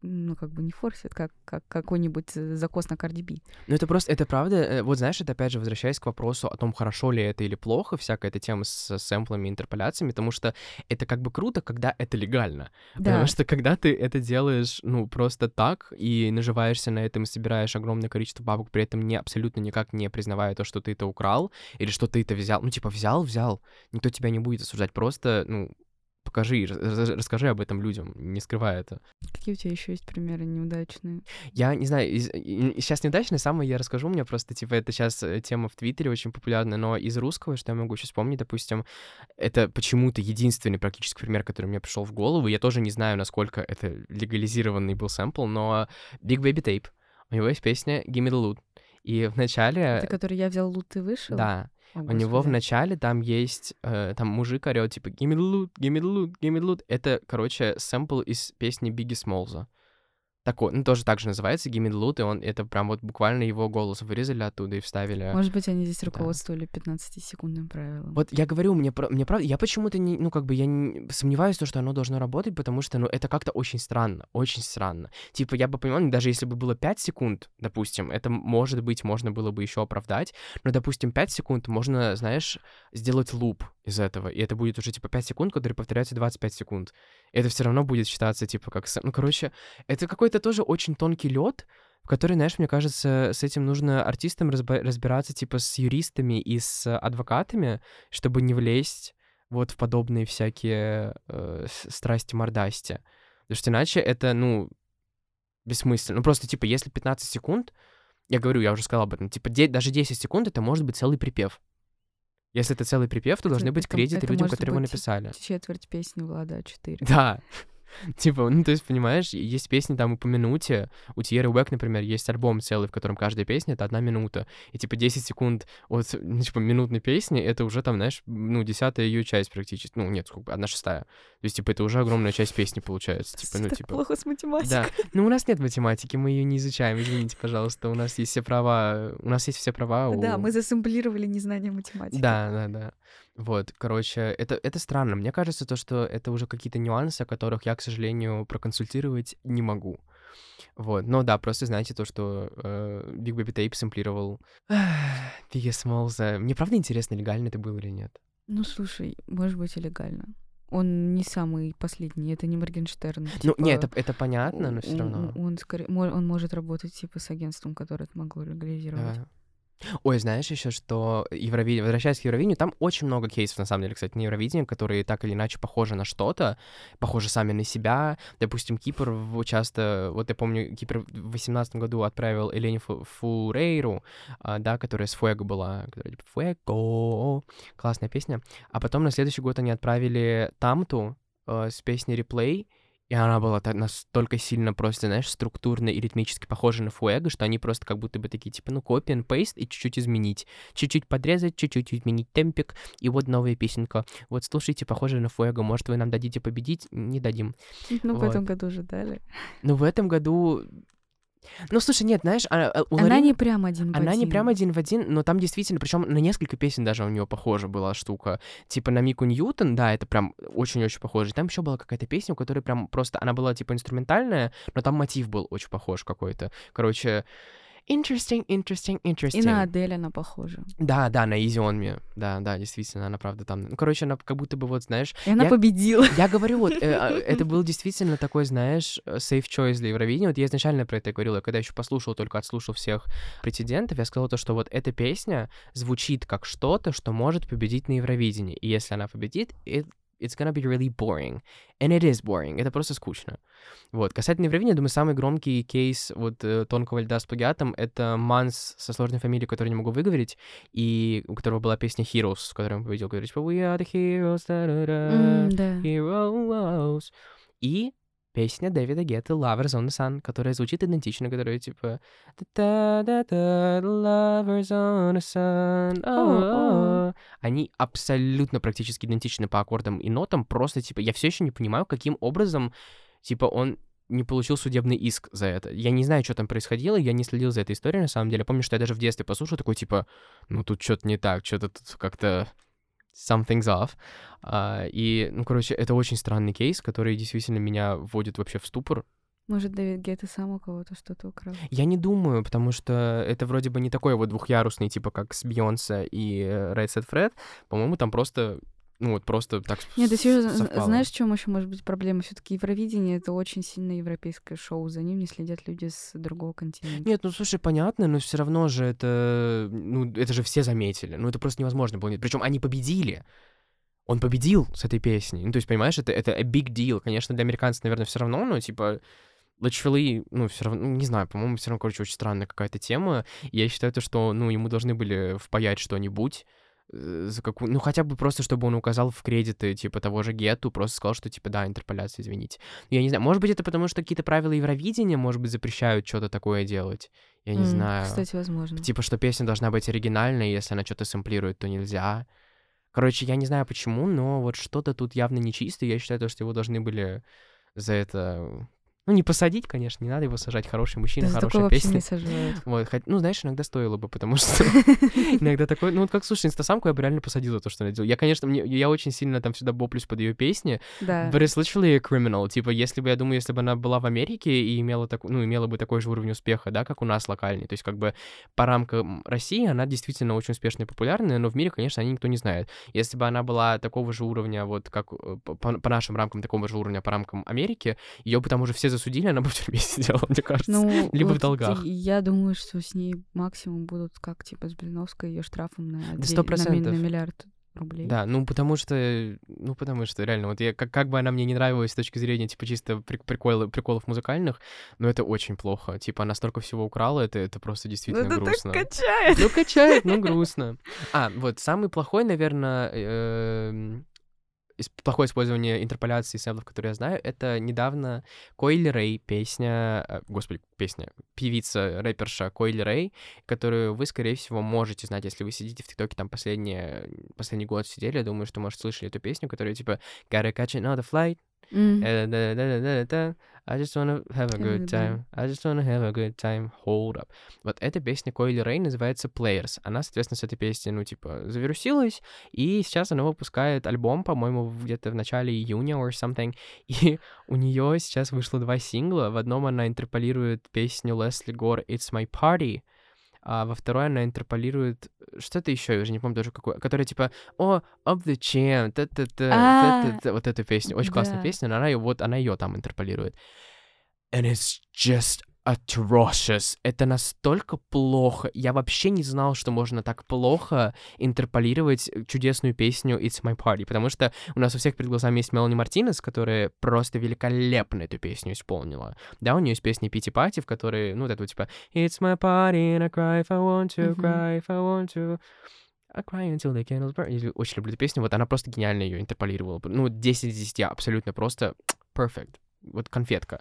ну, как бы не форсит, как, как какой-нибудь закос на Cardi B. Ну, это просто, это правда, вот знаешь, это опять же, возвращаясь к вопросу о том, хорошо ли это или плохо, всякая эта тема с сэмплами, интерполяциями, потому что это как бы круто, когда это легально. Да. Потому что когда ты это делаешь, ну, просто так, и наживаешься на этом, и собираешь огромное количество бабок, при этом не абсолютно никак не признавая то, что ты это украл, или что ты это взял, ну, типа, взял, взял, никто тебя не будет осуждать, просто, ну, покажи, расскажи об этом людям, не скрывай это. Какие у тебя еще есть примеры неудачные? Я не знаю, из, сейчас неудачные самые я расскажу, мне просто, типа, это сейчас тема в Твиттере очень популярная, но из русского, что я могу сейчас вспомнить, допустим, это почему-то единственный практически пример, который мне пришел в голову, я тоже не знаю, насколько это легализированный был сэмпл, но Big Baby Tape, у него есть песня Gimme the Loot, и в начале... Это который «Я взял лут и вышел»? Да. О, У него в начале там есть, э, там мужик орёт, типа, gimme the loot, gimme the loot, gimme the loot. Это, короче, сэмпл из песни Бигги Смолза. Такой, ну, тоже так же называется, Gimme the Loot, и он, это прям вот буквально его голос вырезали оттуда и вставили. Может быть, они здесь да. руководствовали пятнадцатисекундным правилом. Вот я говорю, мне, мне правда, я почему-то не, ну, как бы, я не, сомневаюсь, что оно должно работать, потому что, ну, это как-то очень странно, очень странно. Типа, я бы понимал, даже если бы было пять секунд, допустим, это, может быть, можно было бы еще оправдать, но, допустим, пять секунд можно, знаешь, сделать луп из этого, и это будет уже, типа, пять секунд, которые повторяются двадцать пять секунд. И это все равно будет считаться, типа, как... Ну, короче, это какой-то тоже очень тонкий лед, в который, знаешь, мне кажется, с этим нужно артистам разба- разбираться, типа, с юристами и с адвокатами, чтобы не влезть вот в подобные всякие э, страсти-мордасти. Потому что иначе это, ну, бессмысленно. Ну, просто, типа, если пятнадцать секунд, я говорю, я уже сказал об этом, типа, де- даже десять секунд — это может быть целый припев. Если это целый припев, то Это- должны быть это- кредиты это людям, может которые его быть написали. Четверть песни Влада а четыре. Да. Типа, ну, то есть, понимаешь, есть песни там и по минуте. У Тьерри Уэк, например, есть альбом целый, в котором каждая песня — это одна минута. И, типа, десять секунд от, ну, типа, минутной песни — это уже там, знаешь, ну, десятая ее часть практически. Ну, нет, сколько, одна шестая. То есть, типа, это уже огромная часть песни получается. Типа, ну, Так типа... плохо с математикой. Да. Ну, у нас нет математики, мы ее не изучаем, извините, пожалуйста. У нас есть все права, у нас есть все права у... Да, мы засэмплировали незнание математики. Да, да, да. Вот, короче, это, это странно. Мне кажется, то, что это уже какие-то нюансы, о которых я, к сожалению, проконсультировать не могу. Вот, но да, просто знаете то, что э, Big Baby Tape сэмплировал Biggie Smalls. Мне правда интересно, легально это было или нет? Ну, слушай, может быть, и легально. Он не самый последний, это не Моргенштерн. Ну, типа, нет, это, это понятно, но все он- равно. Он, скорее, мо- он может работать типа с агентством, которое это могло легализировать. Да. Ой, знаешь еще, что Евровидение, возвращаясь к Евровидению, там очень много кейсов, на самом деле, кстати, на Евровидении, которые так или иначе похожи на что-то, похожи сами на себя. Допустим, Кипр в- часто, вот я помню, Кипр в две тысячи восемнадцатом году отправил Элене Фу- Фурейру, а, да, которая с Фуэго была, которая типа Фуэго, классная песня. А потом на следующий год они отправили Тамту э, с песней Реплей, и она была так настолько сильно просто, знаешь, структурно и ритмически похожа на Фуэго, что они просто как будто бы такие, типа, ну, copy and paste и чуть-чуть изменить. Чуть-чуть подрезать, чуть-чуть изменить темпик, и вот новая песенка. Вот слушайте, похоже на Фуэго, может, вы нам дадите победить? Не дадим. Ну, в Вот. этом году же дали. Но в этом году... Ну, слушай, нет, знаешь, а- а у Она Лорин- не прям один в Она не один. прям один в один, но там действительно, причем на несколько песен даже у нее похожа была штука. Типа на Мику Ньютон, да, это прям очень-очень похоже. И там еще была какая-то песня, у которой прям просто, она была типа инструментальная, но там мотив был очень похож какой-то. Короче, interesting, interesting, interesting. И на Адель она похожа. Да, да, на Easy On Me. Да, да, действительно, она правда там. Ну, короче, она как будто бы вот, знаешь... И она я- победила. Я говорю, вот, э, а, это был действительно такой, знаешь, э, safe choice для Евровидения. Вот я изначально про это говорил, я когда еще послушал, только отслушал всех претендентов, я сказал то, что вот эта песня звучит как что-то, что может победить на Евровидении. И если она победит, it, it's gonna be really boring. And it is boring. Это просто скучно. Вот. Касательно Евровидения, думаю, самый громкий кейс вот э, тонкого льда с плагиатом — это Манс со сложной фамилией, которую не могу выговорить, и у которого была песня Heroes, с которой он победил, говорит, типа We are the heroes, да-да-да, М, да. heroes. И песня Дэвида Гетты Lovers on the Sun, которая звучит идентично, которая типа «Да-да-да, Lovers on the Sun». О-о. Они абсолютно практически идентичны по аккордам и нотам, просто типа я все еще не понимаю, каким образом типа он не получил судебный иск за это. Я не знаю, что там происходило, я не следил за этой историей, на самом деле. Я помню, что я даже в детстве послушал такой, типа, ну тут что-то не так, что-то тут как-то something's off. А, и, ну, короче, это очень странный кейс, который действительно меня вводит вообще в ступор. Может, Дэвид Гетта сам у кого-то что-то украл? Я не думаю, потому что это вроде бы не такой вот двухъярусный, типа как с Бейонсе и Right Said Fred. По-моему, там просто, ну вот просто так Нет, ты серьезно, совпало. знаешь, в чем еще может быть проблема? Все-таки Евровидение — это очень сильно европейское шоу, за ним не следят люди с другого континента. Нет, ну слушай, понятно, но все равно же это, ну это же все заметили, ну это просто невозможно было. Причем они победили. Он победил с этой песней. Ну, то есть, понимаешь, это, это a big deal. Конечно, для американцев, наверное, все равно, но, типа, literally, ну, все равно, ну, не знаю, по-моему, все равно, короче, очень странная какая-то тема. И я считаю, то, что, ну, ему должны были впаять что-нибудь, э, за какую... ну, хотя бы просто, чтобы он указал в кредиты, типа, того же Гетту, просто сказал, что, типа, да, интерполяция, извините. Я не знаю, может быть, это потому, что какие-то правила Евровидения, может быть, запрещают что-то такое делать. Я не М, знаю. Кстати, возможно. Типа, что песня должна быть оригинальной, если она что-то сэмплирует, то нельзя. Короче, я не знаю почему, но вот что-то тут явно нечисто. Я считаю, то, что его должны были за это... Ну, не посадить, конечно, не надо его сажать. Хороший мужчина, Да за такое хорошая вообще песня. не сажают. Вот, хоть- ну, знаешь, иногда стоило бы, потому что иногда такой... Ну, вот как, слушай, инстасамку я бы реально посадил за то, что она делала. Я, конечно, мне, я очень сильно там всегда боплюсь под ее песни, Да. but it's literally a criminal. Типа, если бы, я думаю, если бы она была в Америке и имела, так, ну, имела бы такой же уровень успеха, да, как у нас локальный, то есть как бы по рамкам России она действительно очень успешная и популярная, но в мире, конечно, о ней никто не знает. Если бы она была такого же уровня, вот как э, по, по нашим рамкам, такого же уровня по рамкам Америки, ее бы там уже все засудили, она бы в тюрьме сидела, мне кажется. Ну, Либо вот в долгах. Я думаю, что с ней максимум будут, как, типа, с Блиновской, ее штрафом на, Да две- сто на, ми- процентов. на миллиард рублей. Да, ну потому что, ну потому что реально, вот я, как, как бы она мне не нравилась с точки зрения, типа, чисто прик- прикол, приколов музыкальных, но это очень плохо. Типа, она столько всего украла, это, это просто действительно это грустно. так качает. Ну, качает, ну, грустно. А, вот, самый плохой, наверное, эм, ис- плохое использование интерполяции сэмплов, которые я знаю, это недавно Койли Рэй, песня, э, господи, песня, певица, рэперша Койли Рэй, которую вы, скорее всего, можете знать, если вы сидите в ТикТоке, там последние, последний год сидели, я думаю, что, может, слышали эту песню, которая, типа, gotta catch another flight, М. э, да-да-да-да-да, I just wanna have a good Э, да. time, I just wanna have a good time, hold up. Вот эта песня Койли Рэй называется Players. Она, соответственно, с этой песней, ну, типа, завирусилась, и сейчас она выпускает альбом, по-моему, где-то в начале июня or something, и у нее сейчас вышло два сингла. В одном она интерполирует песню Лесли Гор «It's My Party», а во второй она интерполирует что-то еще, я уже не помню даже какое, которая типа «О, of the champ», та-та-та, А, та-та-та», вот эту песню. Очень классная да. песня, но она ее вот, она ее там интерполирует. And it's just atrocious. Это настолько плохо. Я вообще не знал, что можно так плохо интерполировать чудесную песню «It's My Party», потому что у нас у всех перед глазами есть Мелани Мартинес, которая просто великолепно эту песню исполнила. Да, у нее есть песни Пити Пати, в которой, ну, вот это вот типа «It's my party and I cry if I want to, Мгм. cry if I want to». I cry until the candles burn. Я очень люблю эту песню. Вот она просто гениально ее интерполировала. Ну, десять из десяти, абсолютно просто perfect. Вот конфетка.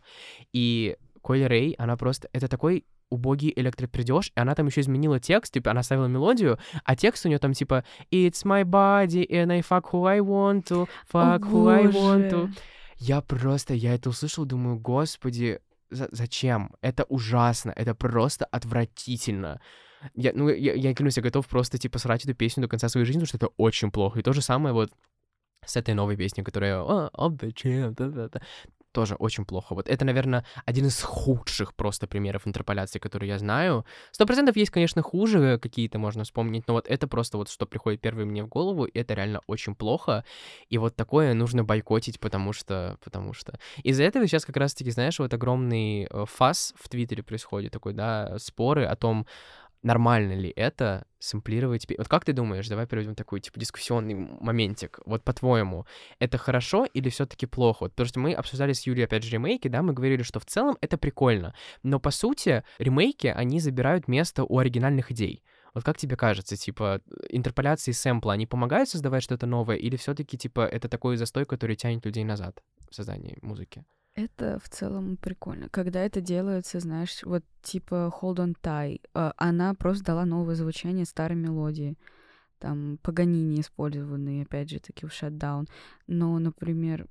И Койли Рэй, она просто... Это такой убогий электропридёж, и она там еще изменила текст, типа, она ставила мелодию, а текст у нее там, типа, «It's my body, and I fuck who I want to, fuck О, who I want to». боже. Я просто, я это услышал, думаю, господи, за- зачем? Это ужасно, это просто отвратительно. Я, ну, я, я клянусь, я готов просто, типа, срать эту песню до конца своей жизни, потому что это очень плохо. И то же самое вот с этой новой песней, которая «О, of the champ», да-да-да. Тоже очень плохо. Вот это, наверное, один из худших просто примеров интерполяции, которые я знаю. Сто процентов есть, конечно, хуже какие-то, можно вспомнить, но вот это просто вот, что приходит первым мне в голову, и это реально очень плохо. И вот такое нужно бойкотить, потому что... Потому что... Из-за этого сейчас как раз-таки, знаешь, вот огромный э, фас в Твиттере происходит, такой, да, споры о том, нормально ли это сэмплировать... пе- Вот как ты думаешь, давай проведем такой, типа, дискуссионный моментик. Вот по-твоему, это хорошо или все-таки плохо? Вот, потому что мы обсуждали с Юлей, опять же, ремейки, да, мы говорили, что в целом это прикольно. Но, по сути, ремейки, они забирают место у оригинальных идей. Вот как тебе кажется, типа, интерполяции сэмпла, они помогают создавать что-то новое, или все-таки, типа, это такой застой, который тянет людей назад в создании музыки? Это в целом прикольно. Когда это делается, знаешь, вот типа Hold on Tight, э, она просто дала новое звучание старой мелодии. Там Паганини использованные, опять же, таки в Shutdown. Но, например,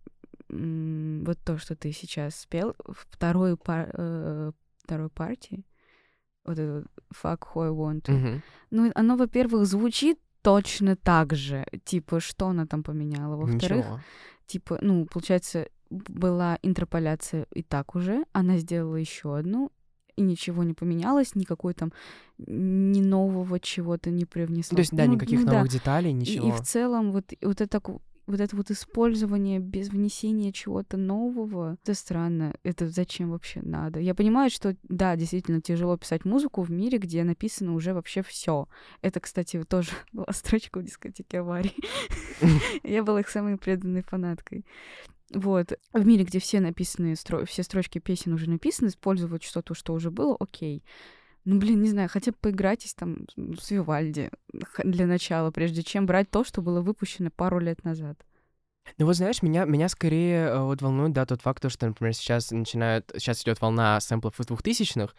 м, вот то, что ты сейчас спел, второй, пар, э, второй партии, вот это вот Fuck Who I Want To, Мгм. ну, оно, во-первых, звучит точно так же. Типа, что она там поменяла? Во-вторых, Ничего. типа, ну, получается, была интерполяция и так уже, она сделала еще одну, и ничего не поменялось, никакой там ни нового чего-то не привнесло. То есть, да, ну, никаких ну, новых да. деталей, ничего. И, и в целом вот, вот это вот это вот использование без внесения чего-то нового, это странно. Это зачем вообще надо? Я понимаю, что, да, действительно тяжело писать музыку в мире, где написано уже вообще все. Это, кстати, тоже была строчка в дискотеке «Аварии». Я была их самой преданной фанаткой. Вот. В мире, где все написанные, стро... все строчки песен уже написаны, использовать что-то, что уже было, окей. Ну, блин, не знаю, хотя бы поиграйтесь там с Вивальди для начала, прежде чем брать то, что было выпущено пару лет назад. Ну вот знаешь, меня, меня скорее э, вот волнует, да, тот факт, что, например, сейчас начинают, сейчас идет волна сэмплов из двухтысячных,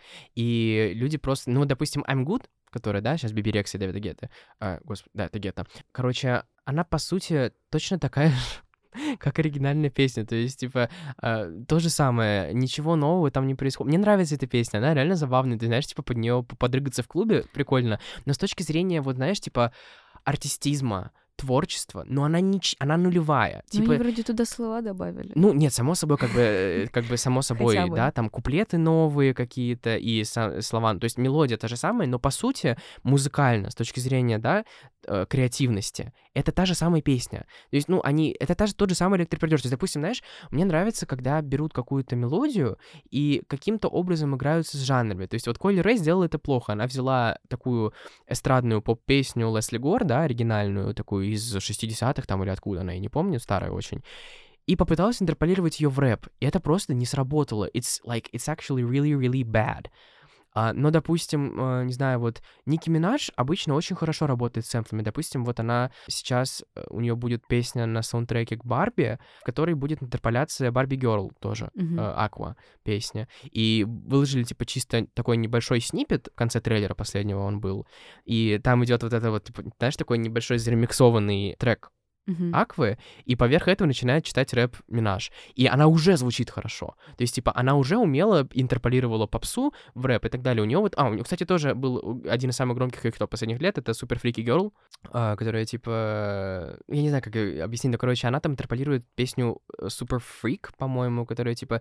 и люди просто, ну, допустим, I'm Good, которая, да, сейчас Биби Рекс и Дэвида Гетты, а, господи, да, это Гетта, короче, она, по сути, точно такая же, как оригинальная песня, то есть, типа, э, то же самое, ничего нового там не происходит. Мне нравится эта песня, она реально забавная, ты знаешь, типа, под нее подрыгаться в клубе прикольно, но с точки зрения, вот, знаешь, типа, артистизма, творчества, но она не, она нулевая. Ну, типа, они вроде туда слова добавили. Ну, нет, само собой, как бы, как бы само собой, да, там куплеты новые какие-то и слова, то есть мелодия та же самая, но по сути музыкально, с точки зрения, да, креативности, это та же самая песня. То есть, ну, они, это та же, тот же самый электропродюсер. То есть, допустим, знаешь, мне нравится, когда берут какую-то мелодию и каким-то образом играются с жанрами. То есть, вот Колли Рэй сделала это плохо. Она взяла такую эстрадную поп-песню Лесли Гор, да, оригинальную, такую из шестидесятых там или откуда она, я не помню, старая очень, и попыталась интерполировать ее в рэп, и это просто не сработало. It's like, it's actually really, really bad. Uh, но, допустим, uh, не знаю, вот Ники Минаж обычно очень хорошо работает с сэмплами. Допустим, вот она сейчас, у нее будет песня на саундтреке к Барби, в которой будет интерполяция Барби Герл тоже, Аква uh-huh. uh, песня. И выложили, типа, чисто такой небольшой сниппет в конце трейлера последнего он был. И там идет вот это вот, типа, знаешь, такой небольшой заремиксованный трек Uh-huh. Аквы, и поверх этого начинает читать рэп Минаж. И она уже звучит хорошо. То есть, типа, она уже умело интерполировала попсу в рэп и так далее. У нее вот... А, у нее, кстати, тоже был один из самых громких хитов последних лет, это Super Freaky Girl, которая, типа... Я не знаю, как объяснить, но, короче, она там интерполирует песню Super Freak, по-моему, которая, типа...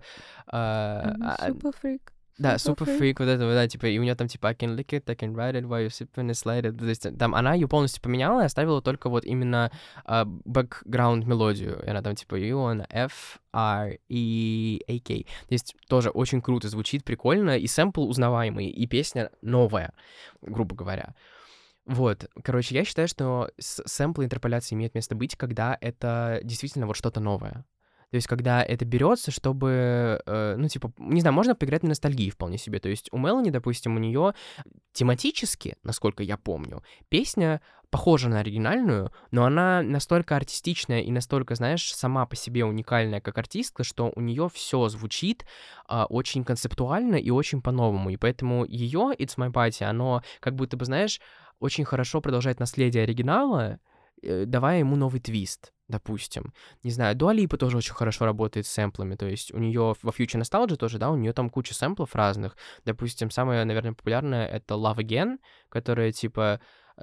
Super Freak. Да, Super Freak, вот это, да, типа, и у нее там, типа, I can lick it, I can ride it, while you sipping it, slide it. То есть там она ее полностью поменяла и оставила только вот именно бэкграунд-мелодию. И она там, типа, you on F, R, E, A, K. То есть тоже очень круто звучит, прикольно, и сэмпл узнаваемый, и песня новая, грубо говоря. Вот, короче, я считаю, что сэмплы интерполяции имеют место быть, когда это действительно вот что-то новое. То есть, когда это берется, чтобы, э, ну, типа, не знаю, можно поиграть на ностальгии вполне себе. То есть, у Мелани, допустим, у нее тематически, насколько я помню, песня похожа на оригинальную, но она настолько артистичная и настолько, знаешь, сама по себе уникальная как артистка, что у нее все звучит э, очень концептуально и очень по-новому. И поэтому ее It's My Party, оно как будто бы, знаешь, очень хорошо продолжает наследие оригинала, э, давая ему новый твист. Допустим. Не знаю, Дуа Липа тоже очень хорошо работает с сэмплами, то есть у нее во Future Nostalgia тоже, да, у нее там куча сэмплов разных. Допустим, самая, наверное, популярная — это Love Again, которая типа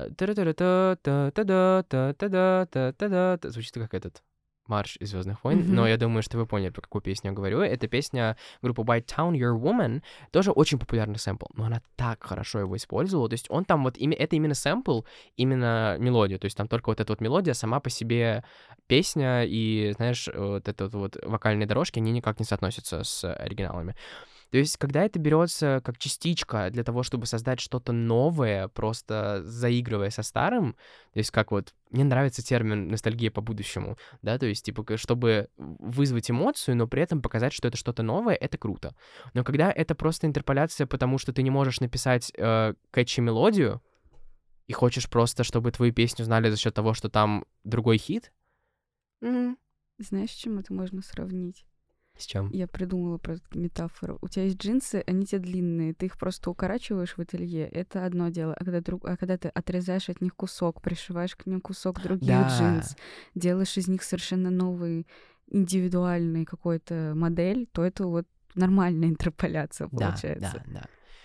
звучит как этот марш из «Звездных войн», mm-hmm. но я думаю, что вы поняли, про какую песню я говорю. Это песня группы White Town, Your Woman, тоже очень популярный сэмпл, но она так хорошо его использовала, то есть он там вот, это именно сэмпл, именно мелодия, то есть там только вот эта вот мелодия, сама по себе песня и, знаешь, вот эти вот вокальные дорожки, они никак не соотносятся с оригиналами. То есть, когда это берется как частичка для того, чтобы создать что-то новое, просто заигрывая со старым, то есть, как вот, мне нравится термин «ностальгия по будущему», да, то есть, типа, чтобы вызвать эмоцию, но при этом показать, что это что-то новое, это круто. Но когда это просто интерполяция, потому что ты не можешь написать э, кэтчи-мелодию, и хочешь просто, чтобы твою песню знали за счет того, что там другой хит? Mm. Знаешь, с чем это можно сравнить? С чем? Я придумала просто метафору. У тебя есть джинсы, они те длинные, ты их просто укорачиваешь в ателье, это одно дело. А когда, друг... а когда ты отрезаешь от них кусок, пришиваешь к ним кусок других да. джинс, делаешь из них совершенно новый, индивидуальный какой-то модель, то это вот нормальная интерполяция получается. Да, да, да.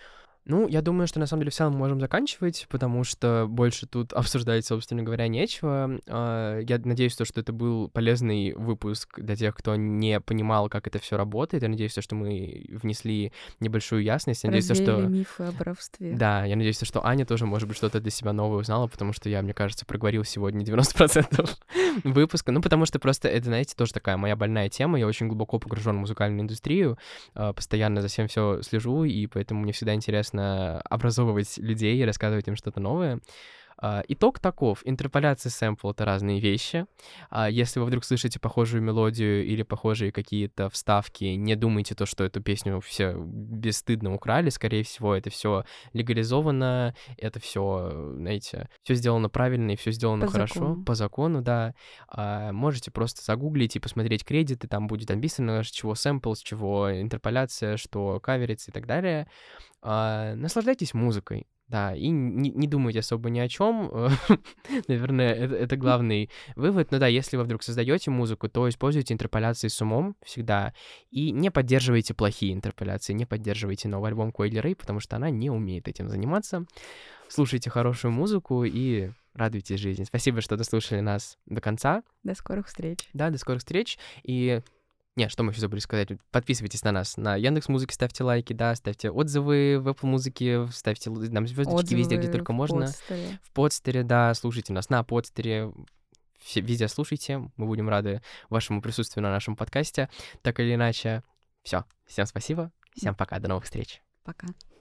Ну, я думаю, что на самом деле в целом мы можем заканчивать, потому что больше тут обсуждать, собственно говоря, нечего. А, Я надеюсь, то, что это был полезный выпуск для тех, кто не понимал, как это все работает. Я надеюсь, то, что мы внесли небольшую ясность. Я надеюсь, то, Развеяли что... мифы о воровстве. Да, я надеюсь, то, что Аня тоже, может быть, что-то для себя новое узнала, потому что я, мне кажется, проговорил сегодня девяносто процентов выпуска. Ну, потому что просто это, знаете, тоже такая моя больная тема. Я очень глубоко погружен в музыкальную индустрию, а, постоянно за всем все слежу, и поэтому мне всегда интересно образовывать людей и рассказывать им что-то новое. А, Итог таков. Интерполяция и сэмпл — это разные вещи. А, Если вы вдруг слышите похожую мелодию или похожие какие-то вставки, не думайте то, что эту песню все бесстыдно украли. Скорее всего, это все легализовано, это все, знаете, все сделано правильно и все сделано По хорошо, закону. по закону, да. А, Можете просто загуглить и посмотреть кредиты, там будет написано, с чего сэмпл, с чего интерполяция, что каверится и так далее. А, наслаждайтесь музыкой, да, и не, не думайте особо ни о чем. Наверное, это, это главный вывод. Но да, если вы вдруг создаете музыку, то используйте интерполяции с умом всегда. И не поддерживайте плохие интерполяции, не поддерживайте новый альбом Коэли Рэй, потому что она не умеет этим заниматься. Слушайте хорошую музыку и радуйтесь жизни. Спасибо, что дослушали нас до конца. До скорых встреч. Да, до скорых встреч. И не, что мы еще забыли сказать? Подписывайтесь на нас на Яндекс.Музыке, ставьте лайки, да, ставьте отзывы в Apple Музыке, ставьте л- нам звездочки везде, где Отзывы только в можно. подстере. В подстере, да, слушайте нас на подстере, все, везде слушайте, мы будем рады вашему присутствию на нашем подкасте. Так или иначе, все, всем спасибо, всем пока, до новых встреч. Пока.